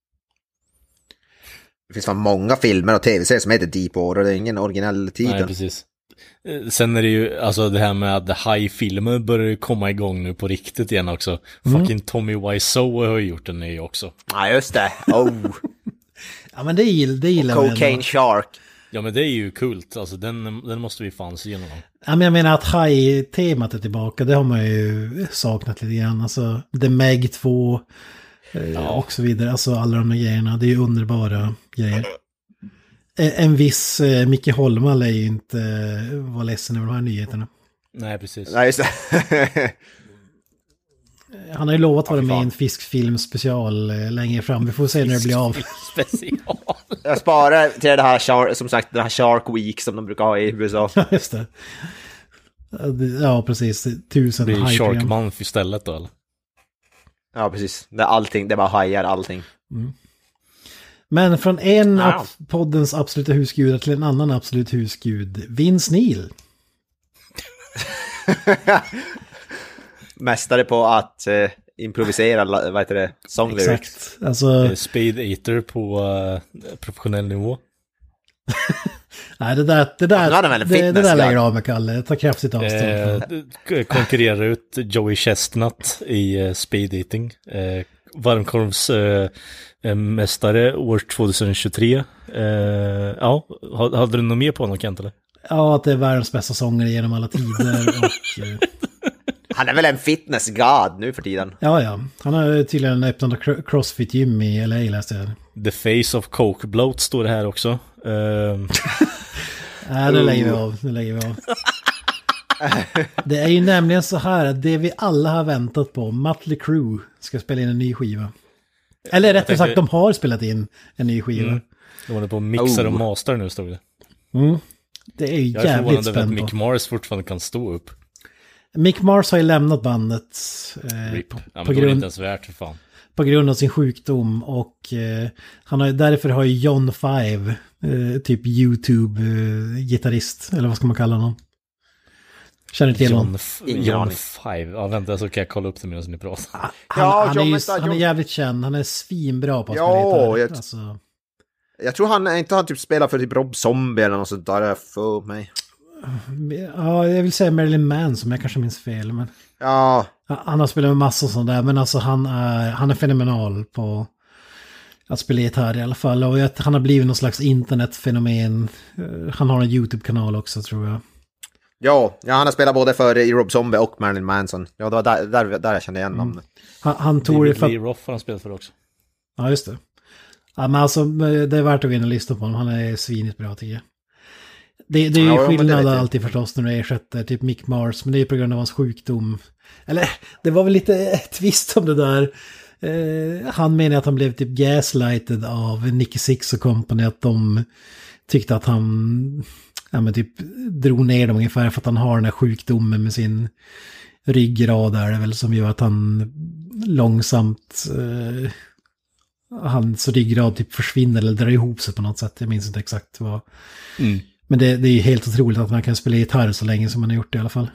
Det finns fan många filmer och tv-serier som heter Deepwater och det är ingen originell titel. Nej, precis. Sen är det ju, alltså det här med att high-filmer börjar ju komma igång nu på riktigt igen också. Mm. Fucking Tommy Wiseau har ju gjort den ny också. Ja, just det. Oh. Ja, men det gillar det gillar jag. Cocaine Shark. Ja, men det är ju kult. Alltså den, den måste vi fan se igenom. Ja, men jag menar att high-temat är tillbaka. Det har man ju saknat lite grann. Alltså The Meg två ja. och så vidare. Alltså alla de här grejerna. Det är ju underbara grejer. En viss eh, Micke Holmall är ju inte eh, var ledsen över de här nyheterna. Nej, precis. Nej, just det. Han har ju lovat att vara med i en fiskfilm special eh, längre fram. Vi får se när det blir av. Special. Jag sparar till det här, shark, som sagt, det här Shark Week som de brukar ha i U S A. Ja, just det. Ja, precis. Tusen hajprogram. Det blir Shark Month istället då, eller? Ja, precis. Det är allting, det är bara hajar, allting. Mm. Men från en wow. av poddens absoluta husgudar till en annan absolut husgud, Vince Neil. Mästare på att eh, improvisera, vad heter det, song lyrics. Exakt. Alltså... Speed Eater på uh, professionell nivå. Nej, det där, det där, det, det där lägger av med Kalle. Ta kraftigt avstånd. Eh, konkurrerar ut Joey Chestnut i uh, Speed Eating. Eh, varmkorvs... Uh, mästare år tjugohundratjugotre. Eh, ja, hade du något mer på honom, Kent, eller? Ja, att det är världens bästa sångare genom alla tider. Och, eh... Han är väl en fitness god nu för tiden. Ja, ja. Han har tydligen öppnat CrossFit gym i L A, läste jag. The face of Coke Bloat står det här också. Uh... Nej, det lägger vi av. Det lägger vi av. Det är ju nämligen så här att det vi alla har väntat på, Mötley Crüe ska spela in en ny skiva. Eller rättare sagt, de har spelat in en ny skiva. Mm. De håller på att mixa oh. och master nu, stod det. Mm. Det är ju jag jävligt spännande. Jag är att Mick Mars fortfarande kan stå upp. Mick Mars har ju lämnat bandet. Eh, Rip. på, ja, på, grund, grund, inte ens värt, för fan. på grund av sin sjukdom. Och eh, han har, därför har ju John Five, eh, typ YouTube-gitarrist, eller vad ska man kalla honom? Känner till John, honom? F- John Five. Ja, vänta, så kan jag kolla upp det medan ni pratar. Han, ja, han, är, ju, han är jävligt känd. Han är svinbra på att ja, spela gitarr. Jag, alltså. jag tror han inte han typ spelar för typ Rob Zombie eller något sånt där för mig. Ja, jag vill säga Marilyn Manson, jag kanske minns fel. Men... Ja. Han har spelat med massor sånt där, men alltså han är, han är fenomenal på att spela gitarr i alla fall. Och han har blivit någon slags internetfenomen. Han har en YouTube-kanal också, tror jag. Ja, ja, han har spelat både för Rob Zombie och Marilyn Manson. Ja, det var där, där, där jag kände igen namnet. Mm. Han, han tog det för... Lee Roth har han spelat för också. Ja, just det. Ja, men alltså, det är värt att gå in och lyssna på honom. Han är svinigt bra, tycker jag. Det, det är ju ja, skillnad alltid förstås när du ersätter typ Mick Mars, men det är på grund av hans sjukdom. Eller, det var väl lite twist om det där. Eh, han menar att han blev typ gaslighted av Nicky Six och Company, att de tyckte att han... Ja, men typ drog ner dem ungefär för att han har den här sjukdomen med sin ryggrad där, väl, som gör att han långsamt eh, hans ryggrad typ försvinner eller drar ihop sig på något sätt. Jag minns inte exakt vad. Mm. Men det, det är ju helt otroligt att man kan spela gitarr så länge som man har gjort det i alla fall.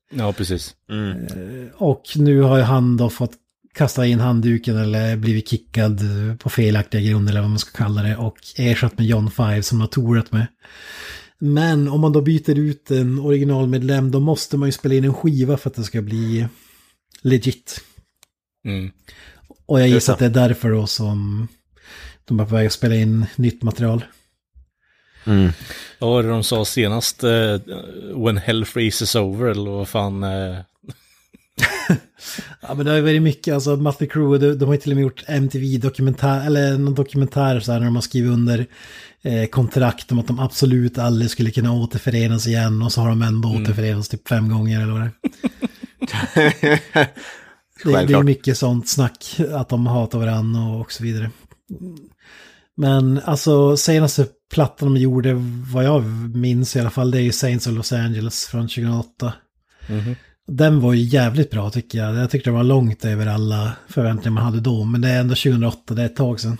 Ja, precis. Mm. Och nu har ju han då fått kasta in handduken eller blivit kickad på felaktiga grunder eller vad man ska kalla det och ersatt med John Five som har tourat med. Men om man då byter ut en originalmedlem då måste man ju spela in en skiva för att det ska bli legit. Mm. Och jag gissar att det är därför då som de är på väg att spela in nytt material. Mm. Ja, vad de sa senast uh, When Hell Freezes Over eller vad fan... Uh... Ja, men det har ju varit mycket, alltså Mötley Crüe, de, de har ju till och med gjort M T V-dokumentär, eller någon dokumentär så här när de har skrivit under eh, kontrakt om att de absolut aldrig skulle kunna återförenas igen och så har de ändå mm. återförenats typ fem gånger eller vad det är. det, det är mycket sånt snack att de hatar varandra och, och så vidare. Men alltså senaste plattan de gjorde, vad jag minns i alla fall, det är ju Saints of Los Angeles från tjugohundraåtta. Mm-hmm. Den var ju jävligt bra tycker jag. Jag tyckte det var långt över alla förväntningar man hade då. Men det är ändå tjugohundraåtta, det är ett tag sedan.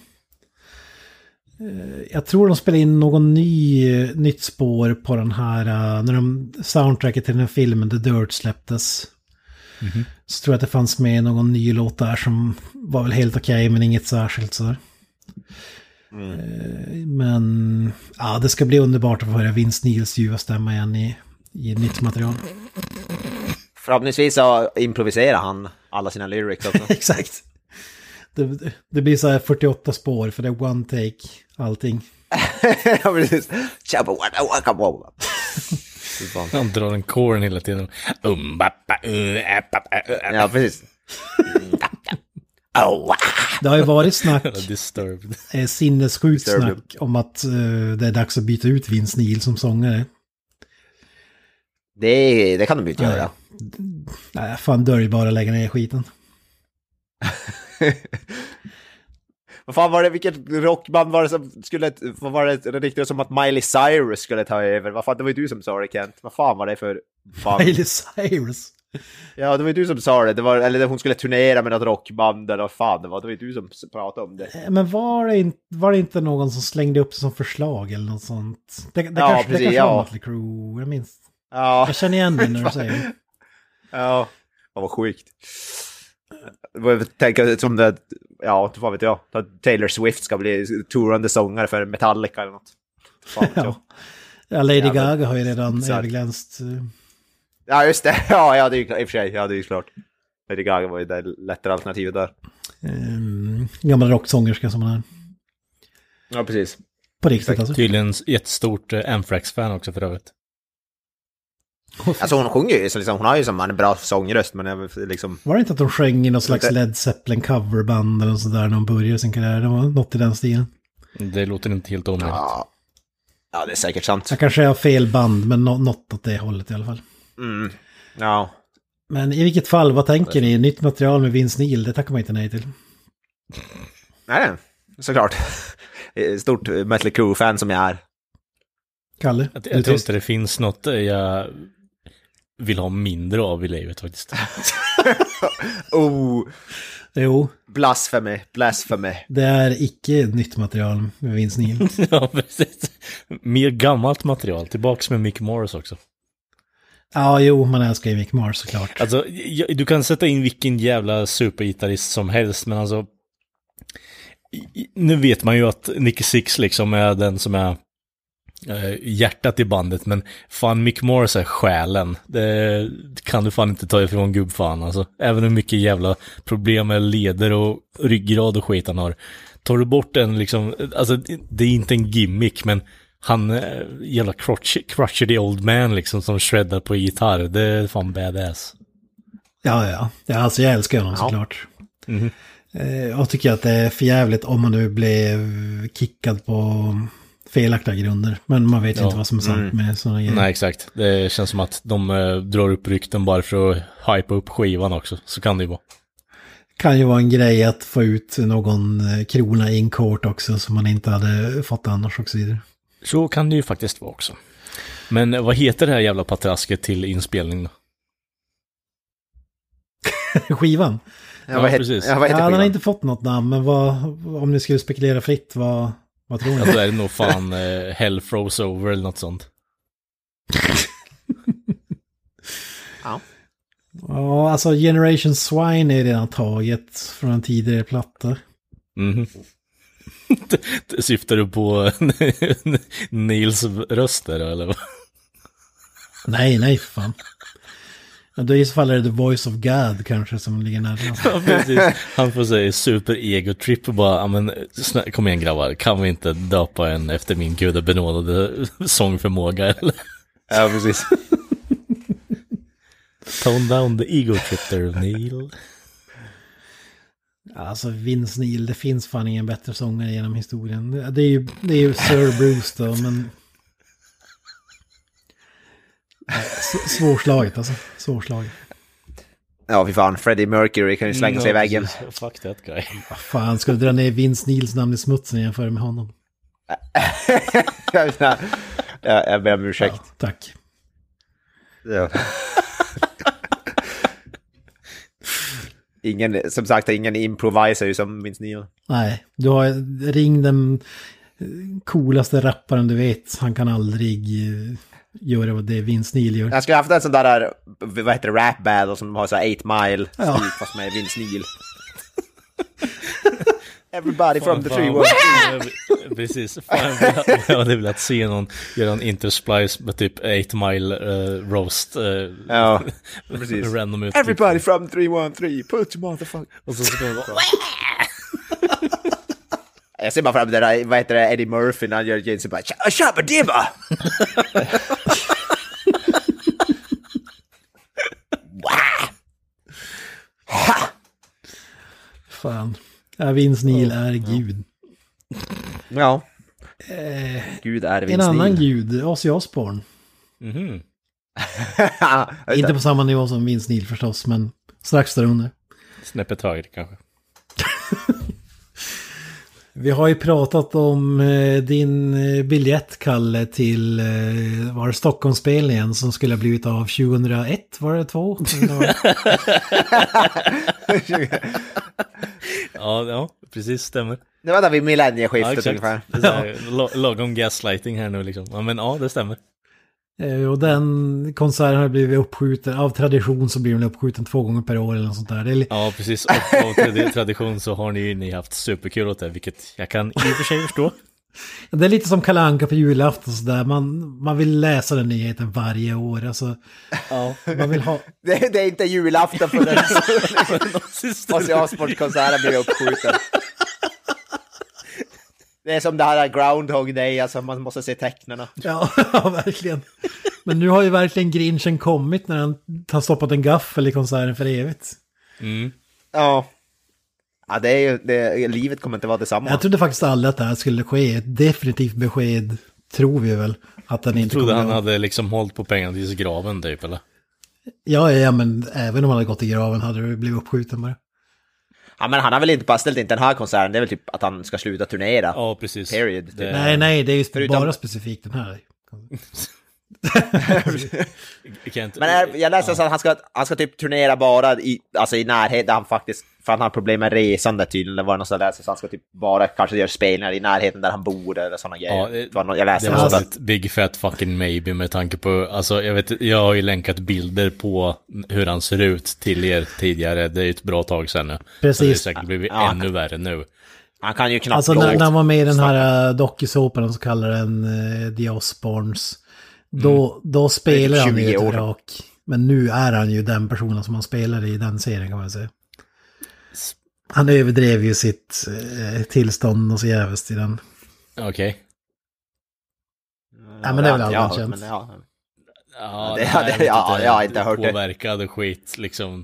Jag tror de spelade in någon ny, nytt spår på den här, när de soundtracket till den här filmen The Dirt släpptes. Mm-hmm. Så tror jag att det fanns med någon ny låt där som var väl helt okej okay, men inget särskilt så. Mm. Men ja, det ska bli underbart att få höra Vince Neils ljuva stämma igen i, i nytt material. Förhoppningsvis så improviserar han alla sina lyrics också. Exakt. Det, det blir så här fyrtioåtta spår för det är one take allting. Ja, precis. Han drar en kåren hela tiden. Ja, precis. Det har ju varit snack, sinnessjukt snack om att uh, det är dags att byta ut Vince Neil som sångare. Det, det kan de ju inte Nej. göra. Nej, fan dör ju bara lägga ner skiten. Vad fan var det, vilket rockband var det som skulle, vad var det, det riktigt som att Miley Cyrus skulle ta över? Vad fan, det var ju du som sa det, Kent. Vad fan var det för fan? Miley Cyrus? Ja, det var ju du som sa det. Det var, eller hon skulle turnera med något rockband eller vad fan det var. Det var ju du som pratade om det. Men var det inte, var det inte någon som slängde upp det som förslag eller något sånt? Det, det ja, kanske, precis, det kanske ja. var Mötley Crüe, jag minns. Ja. Jag känner igen det när du säger det. Ja, vad var sjukt. Jag tänker som det, ja, vad vet jag, att Taylor Swift ska bli tourande sångare för Metallica eller något. Fan, ja. ja, Lady ja, Gaga har ju redan överglänst. Ja, just det. Ja, ja, det är ju i och för sig, ja, det är ju klart. Lady Gaga var ju det lättare alternativet där. Um, gammal rocksångerska som man är. Ja, precis. På riktigt alltså. Tydligen ett stort uh, Anthrax-fan också för övrigt. Alltså hon sjunger ju, så liksom, hon har ju som en bra sångröst, men jag, liksom... Var det inte att hon sjöng i någon slags Led Zeppelin coverband eller sådär när hon började sin karriär? Det var något i den stilen. Det låter inte helt omöjligt. Ja. ja, det är säkert sant. Jag kanske har fel band, men no- något åt det hållet i alla fall. Mm. Ja. Men i vilket fall, vad tänker ni? Nytt material med Vince Neil, det tackar man inte nej till. Nej, såklart. Stort Mötley Crüe-fan som jag är. Kalle? Jag, jag tror inte det finns något jag vill ha mindre av i livet faktiskt. oh. Jo. Blasfemi, blasfemi. Det är icke nytt material med Vince Neil. Ja, precis. Mer gammalt material. Tillbaks med Mick Mars också. Ja, jo, man älskar ju Mick Mars såklart. Alltså, du kan sätta in vilken jävla supergitarrist som helst, men alltså nu vet man ju att Nicky Six liksom är den som är äh, hjärtat i bandet, men fan Mick Mars är själen. Det kan du fan inte ta ifrån gubbfan alltså. Även hur mycket jävla problem med leder och ryggrad och skit han har. Tar du bort den liksom, alltså det är inte en gimmick, men han äh, jävla crutch, crutchy old man liksom som shreddar på gitarr. Det är fan badass. Ja, ja. ja alltså jag älskar honom ja. såklart. Mm-hmm. Jag tycker att det är för jävligt om man nu blev kickad på felaktiga grunder. Men man vet ju ja. inte vad som är sant mm. med sådana grejer. Nej, exakt. Det känns som att de äh, drar upp rykten bara för att hypa upp skivan också. Så kan det ju vara. Kan ju vara en grej att få ut någon krona in kort också som man inte hade fått annars och så vidare. Så kan det ju faktiskt vara också. Men vad heter det här jävla patrasket till inspelningen? Skivan? Ja, vad precis. Ja, vad heter ja, den har inte fått något namn, men vad, om ni skulle spekulera fritt, vad, vad tror ni? Ja, då är det nog fan uh, Hell Froze Over eller något sånt. Ja. Ja, alltså Generation Swine är redan taget från en tidigare platta. Mhm. Syftar du på Nils röster eller vad? Nej, nej för fan. Ja, då i så fall är det The Voice of God kanske som ligger nära. Ja, precis. Han får säga super ego-trip och bara, ja men snä, kom igen grabbar, kan vi inte döpa en efter min gudabenådade sångförmåga eller? Ja, precis. Tone down the ego-trip there, Neil. Alltså Vince Neil, det finns fan ingen bättre sångare genom historien. Det är ju, det är ju Sir Bruce då, men... S- svårslaget alltså, svårslaget. Ja, fy fan, Freddie Mercury kan ju slänga sig i väggen. Precis. Fuck that guy. Vad fan, ska du dra ner Vince Neils namn i smutsen och jämföra med honom? ja, jag ber om ursäkt. Ja, tack. Ja. Ingen, som sagt, ingen improviser ju som Vince Neil. Nej, du har ring den coolaste rapparen du vet. Han kan aldrig göra vad det Vince Neil gör. Jag skulle haft en sån där, vad heter det, rap battle som har så här eight mile ja. stil fast med Vince Neil. Everybody from the three world. Precis. Fan, jag, jag hade velat se någon göra en intersplice med typ eight mile uh, roast. Uh, ja, precis. Random ut. Everybody from three one three, put your motherfucker. Och så ska man bara... Jag ser bara fram det där, vad heter det, Eddie Murphy när han gör James bara Shabba Dibba! Fan. Ja, Vince Neil är gud. Ja. Eh, Gud är Vince en Neil. annan gud, Ozzy Osbourne. Mhm. Inte på samma nivå som Vince Neil förstås, men strax där under. Snäppet högre kanske. Vi har ju pratat om eh, din eh, biljett, Kalle, till eh, var det Stockholmsspelningen som skulle ha blivit av tjugohundraett, var det två? ja, ja, precis, stämmer. Det var där vid millennieskiftet ja, ungefär. Ja. Lagom gaslighting här nu liksom. Ja, men ja, det stämmer. Eh, och den konserten har blivit uppskjuten, av tradition så blir den uppskjuten två gånger per år eller något sånt där. Det är li- ja, precis. Och av tradition så har ni, ni haft superkul åt det, vilket jag kan i och för sig förstå. Det är lite som Kalle Anka på julafton så där. Man, man vill läsa den nyheten varje år. Alltså, ja. Man vill ha... det, det är inte julafton för den. Ozzy Osbourne-konserten blir uppskjuten. Det är som det här Groundhog Day, alltså man måste se tecknarna. Ja, ja, verkligen. Men nu har ju verkligen Grinchen kommit när han har stoppat en gaffel i konserten för evigt. Mm. Ja. Ja, det är ju, det, livet kommer inte vara detsamma. Jag trodde faktiskt aldrig att det här skulle ske. Ett definitivt besked tror vi väl. Att den inte jag trodde kommer han att... hade liksom hållit på pengarna till graven typ, eller? Ja, ja, men även om han hade gått i graven hade det blivit uppskjuten bara. Ja, men han har väl inte bara ställt in den här konserten. Det är väl typ att han ska sluta turnera. Ja, precis. Period. Typ. Det... Nej, nej, det är ju Förutom... bara specifikt den här. Men är, jag läste ja. att han ska, han ska typ turnera bara i, alltså i närheten där han faktiskt, för han har problem med resande tydligen, eller var det något så läser, så han ska typ bara kanske göra spelningar i närheten där han bor eller sådana grejer. Ja, det, jag läste det var alltså ett big fat fucking maybe med tanke på, alltså jag vet, jag har ju länkat bilder på hur han ser ut till er tidigare, det är ett bra tag sedan nu. Precis. Så det är säkert blivit ja, ännu värre nu. Han kan ju knappt alltså när, när han var med i den här dokusåpan så kallar den uh, The Osbournes. Då, mm. då spelar han ju ett vrak. Men nu är han ju den personen som han spelar i den serien kan man säga. Han överdrev ju sitt eh, tillstånd och så jävligt i den. Okej. Okay. Ja, men det är väl allmänt ja, känt. Men, ja. Ja, det, det, det, ja, jag har inte hört det. Påverkad skit, liksom.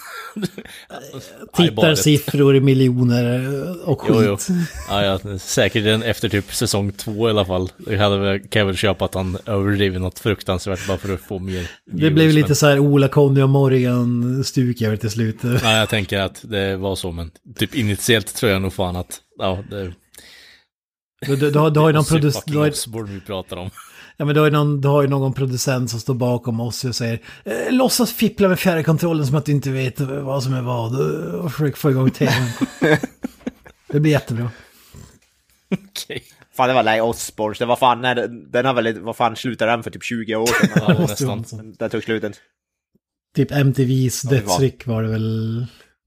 Tittarsiffror i miljoner och skit. Jo, jo. Ja, ja, säkert den efter typ säsong två i alla fall. Jag hade kan väl köpa att han överdriver något fruktansvärt bara för att få mer. Det ljus, blev lite men... så här Ola, Conny och Morgan stuk över till slut. Ja, jag tänker att det var så, men typ initiellt tror jag nog fan att ja, det... Du, du, du, har, du har ju någon producent... vi pratar om. Ja, men du har, ju någon, du har ju någon producent som står bakom oss och säger eh, låtsas fippla med fjärrkontrollen som att du inte vet vad som är vad och försök få igång tvn. Det blir jättebra. Okej. Okay. Fan, det var Lay Osbournes. Det var fan, när den har väl, vad fan slutade den för typ tjugo år sedan. Ja, nästan. Den tog sluten. Typ M T V:s dödsryck var det väl.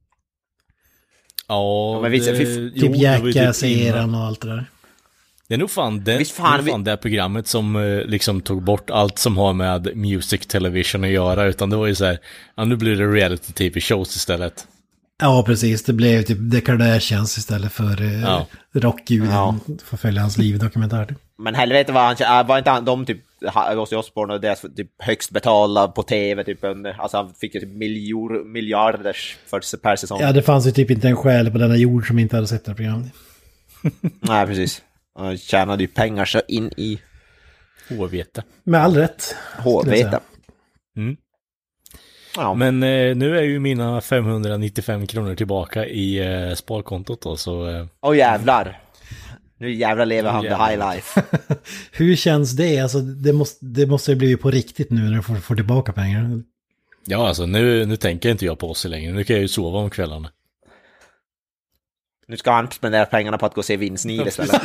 Ja, ja men visst, det, typ jo, Jackass-eran typ och allt det där. Det är nog fan det, visst fan, det, är fan det programmet som eh, liksom tog bort allt som har med music television att göra, utan det var ju så här, ja nu blir det reality T V-shows istället. Ja, precis. Det blev typ The Kardashians istället för eh, ja. rockljuden ja. för att följa hans liv dokumentärt. Men helvete var han, var inte han, de typ, Ozzy Osbourne och deras typ högst betalda på tv, typ under, alltså han fick ju typ miljor, miljarders för, per säsong. Ja, det fanns ju typ inte en själ på denna jord som inte hade sett det programmet. Nej, precis. Han tjänade ju pengar så in i... Hårvete. Med all rätt. Hårvete. Mm. Ja. Men eh, nu är ju mina femhundranittiofem kronor tillbaka i eh, sparkontot då, så... Åh eh... oh, jävlar. Nu jävlar lever oh, han jävlar. the high life. Hur känns det? Alltså, det måste, det måste ju bli på riktigt nu när du får, får tillbaka pengar. Ja, alltså nu, nu tänker inte jag på oss längre. Nu kan jag ju sova om kvällarna. Nu ska han spendera pengarna på att gå och se Vince Neil istället.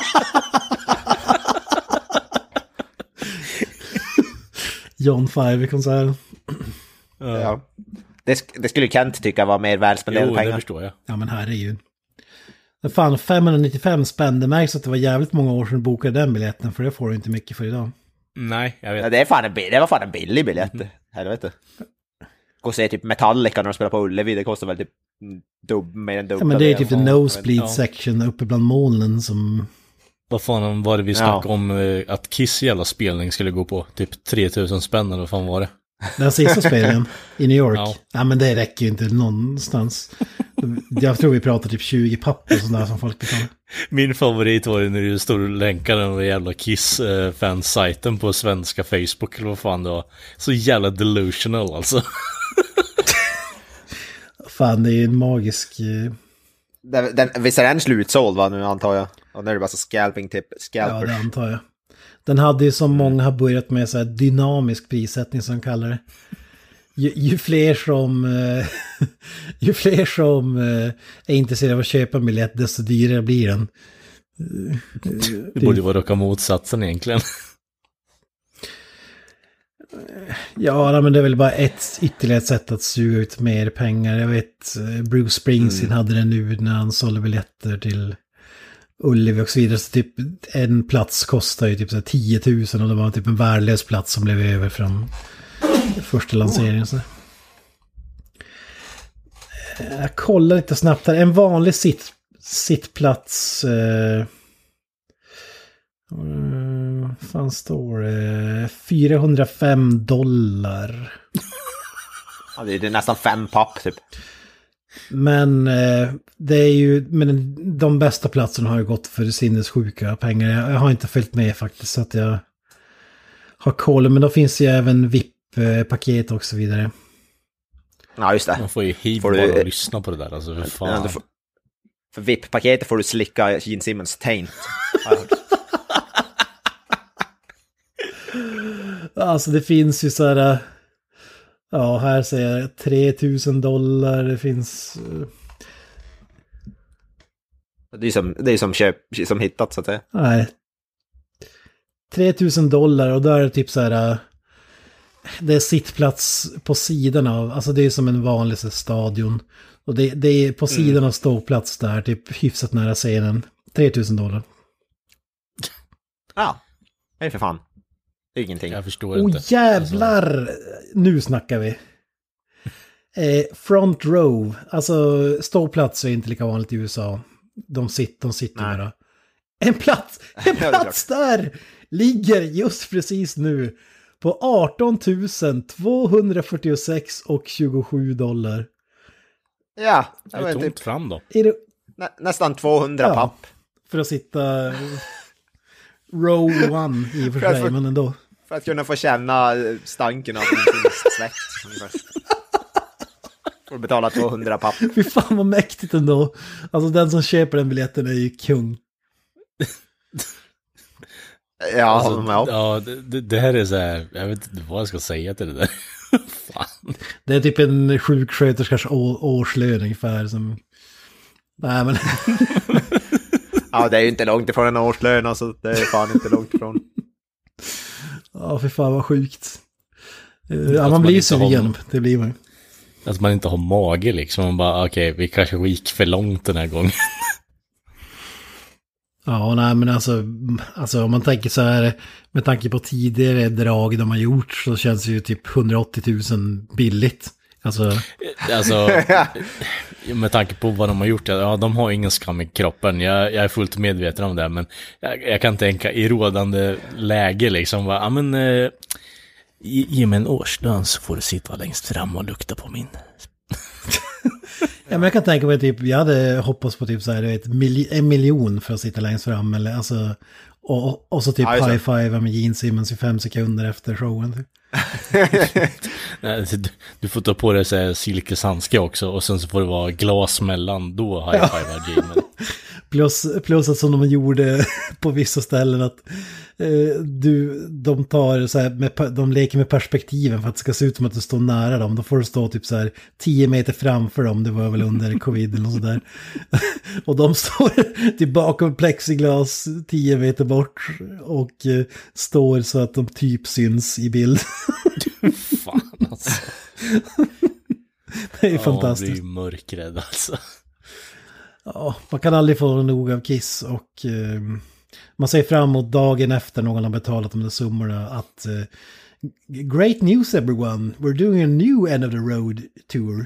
John Five-konsert. Ja. Det, det skulle Kent tycka var mer välspenderade jo, pengar. Jo, det förstår jag. Ja, men herregud. Men fan, femhundranittiofem spänn. Det märks att det var jävligt många år sedan du bokade den biljetten, för det får du inte mycket för idag. Nej, jag vet. Ja, det, är fan en, det var fan en billig biljett. Mm. Helvete. Gå och se typ Metallica när de spelar på Ullevi. Det kostar väl typ dubb, mer än dubbla. Ja, men det är typ en nosebleed section uppe bland molnen som... Vad fan var det vi snackade ja. om eh, att Kiss jävla spelning skulle gå på? Typ tre tusen spänn eller vad fan var det? Den sista spelningen i New York. Ja. ja, men det räcker ju inte någonstans. Jag tror vi pratar typ tjugo papper och sådär som folk betalar. Min favorit var ju när du stod och länkade den jävla Kiss-fansajten på svenska Facebook eller vad fan det var. Så jävla delusional alltså. Fan, det är en magisk... Den, den, visst är den slutsåld va nu antar jag? Och nu är det bara så scalping tip, scalpers. Ja, det antar jag. Den hade ju som många har börjat med så här dynamisk prissättning som de kallar det. Ju, ju fler som uh, ju fler som uh, är intresserade av att köpa en biljett, desto dyrare blir den. Uh, uh, det borde vara raka motsatsen egentligen. Ja, men det är väl bara ett ytterligare sätt att suga ut mer pengar. Jag vet, Bruce Springsteen mm. hade det nu när han sålde biljetter till Ullevi och så vidare. Så typ en plats kostar ju typ så här tio tusen och det var typ en värdelös plats som blev över från första lanseringen. Så. Jag kollar lite snabbt här. En vanlig sitt, sittplats... Eh, Uh, fan står det fyrahundrafem dollar. Ja, det är nästan fem papp typ. Men uh, det är ju men de bästa platserna har ju gått för sinnessjuka pengar. Jag, jag har inte följt med faktiskt så att jag har koll, men då finns ju även V I P-paket och så vidare. Ja, just det. Man får ju hiv bara du... och lyssna på det där alltså, för fan. Ja, får... För V I P-paketet får du slicka Gene Simmons taint. Alltså det finns ju så här, ja här säger jag tre tusen dollar, det finns... Det är som, det är som köp, som hittat så att säga. Nej. tre tusen dollar och då är det typ så här, det är sittplats på sidan av, alltså det är som en vanlig så, stadion. Och det, det är på sidan mm. av ståplats där, typ hyfsat nära scenen. tre tusen dollar. Ja, det är för fan. Det är ingenting. Jag förstår inte. Åh jävlar! Alltså... Nu snackar vi. Eh, front row. Alltså ståplats är inte lika vanligt i U S A. De, sitter, de sitter Nej. bara. En plats! En plats där! Ligger just precis nu på arton tusen tvåhundrafyrtiosex och tjugosju dollar. Ja. Det är tomt typ... fram då. Är det... Nä, nästan tvåhundra ja, papp. För att sitta... Row one i och för sig, för, men ändå. För att kunna få känna stanken av svett. Får betala tvåhundra papp. Fy fan vad mäktigt ändå. Alltså den som köper den biljetten är ju kung. Ja, alltså, ja. ja det, det här är så här, jag vet inte vad jag ska säga till det där. Fan. Det är typ en sjuksköterskas årslön ungefär som... Nej men... Ja, det är ju inte långt ifrån en årslön, alltså det är fan inte långt ifrån. Ja, för fan vad sjukt. Ja, man blir sugen, det blir man. Att man inte har mage liksom. Man bara, okej, okay, vi kanske gick för långt den här gången. Ja, nej men alltså, alltså om man tänker så här, med tanke på tidigare drag de har gjort så känns det ju typ hundraåttio tusen billigt. Alltså, alltså med tanke på vad de har gjort, ja de har ingen skam i kroppen, jag, jag är fullt medveten om det, men jag, jag kan tänka i rådande läge liksom, va, ja men eh, ge, ge mig en årslön så får du sitta längst fram och lukta på min. Ja, men jag kan tänka mig typ, jag hade hoppats på typ så här, vet, mil- en miljon för att sitta längst fram, eller alltså, och, och så typ ja, high five med Gene Simmons i fem sekunder efter showen. Typ. du, du får ta på dig så här silkeshandske också, och sen så får det vara glas mellan, då high five ja. Gene. Plus, plus att som de gjorde på vissa ställen att eh, du, de tar så här, med, de leker med perspektiven för att det ska se ut som att du står nära dem. Då får du stå typ så här tio meter framför dem, det var väl under covid eller så där. Och de står typ bakom plexiglas tio meter bort och eh, står så att de typ syns i bild. Fan alltså. Det är ja, fantastiskt. Det är mörkrädd alltså. Ja, man kan aldrig få nog av Kiss, och eh, man ser fram emot dagen efter någon har betalat de där summorna att eh, great news everyone, we're doing a new end of the road tour.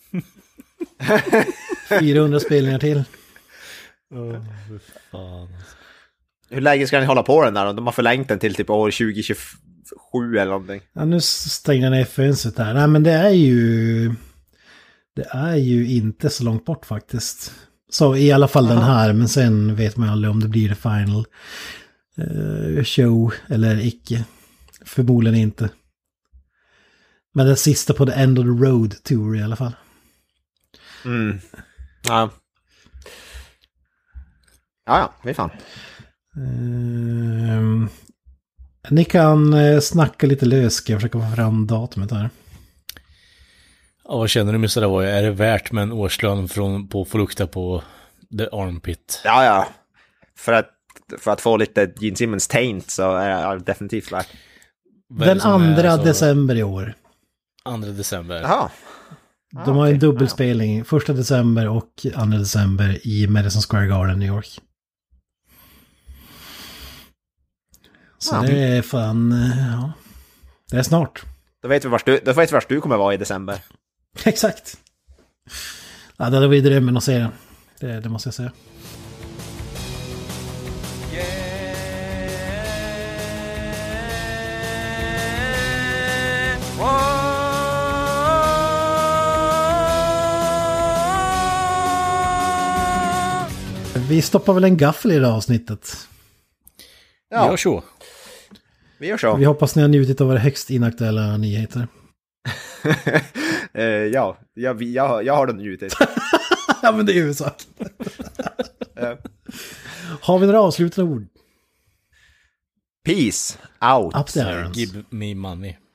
fyrahundra spelningar till. Oh, fan. Hur länge ska ni hålla på den där? De har förlängt den till typ år tjugo tjugosju eller någonting. Ja, nu stänger den F N-set där. Nej, men det är ju det är ju inte så långt bort faktiskt. Så i alla fall den här, men sen vet man aldrig om det blir det final uh, show eller icke. Förmodligen inte. Men den sista på the end of the road tour i alla fall. Mm. Ja. Ja, ja, det är fan. Uh, ni kan uh, snacka lite lös, ska jag försöka få fram datumet här. Ja, vad känner du med sådär? Vad är det värt med en årslön från, på att få lukta på The Armpit? Ja, ja. För att, för att få lite Gene Simmons taint så är det definitivt värt. Den andra så... december i år. Andra december. Jaha. De ah, har okay. en dubbelspelning. Första december och andra december i Madison Square Garden, New York. Så ah. det är fan... Ja. Det är snart. Då vet vi vart du, då vet vi vart du kommer vara i december. Exakt. Ja, det hade varit drömmen att se den. Det, det måste jag säga. Vi stoppar väl en gaffel i det avsnittet. Ja, vi gör så. Vi gör så. Vi hoppas ni har njutit av våra högst inaktuella nyheter. uh, ja, jag, jag, jag har den njutit. Ja, men det är ju sak. uh. Har vi några avslutande ord? Peace out. Up there. Give me money.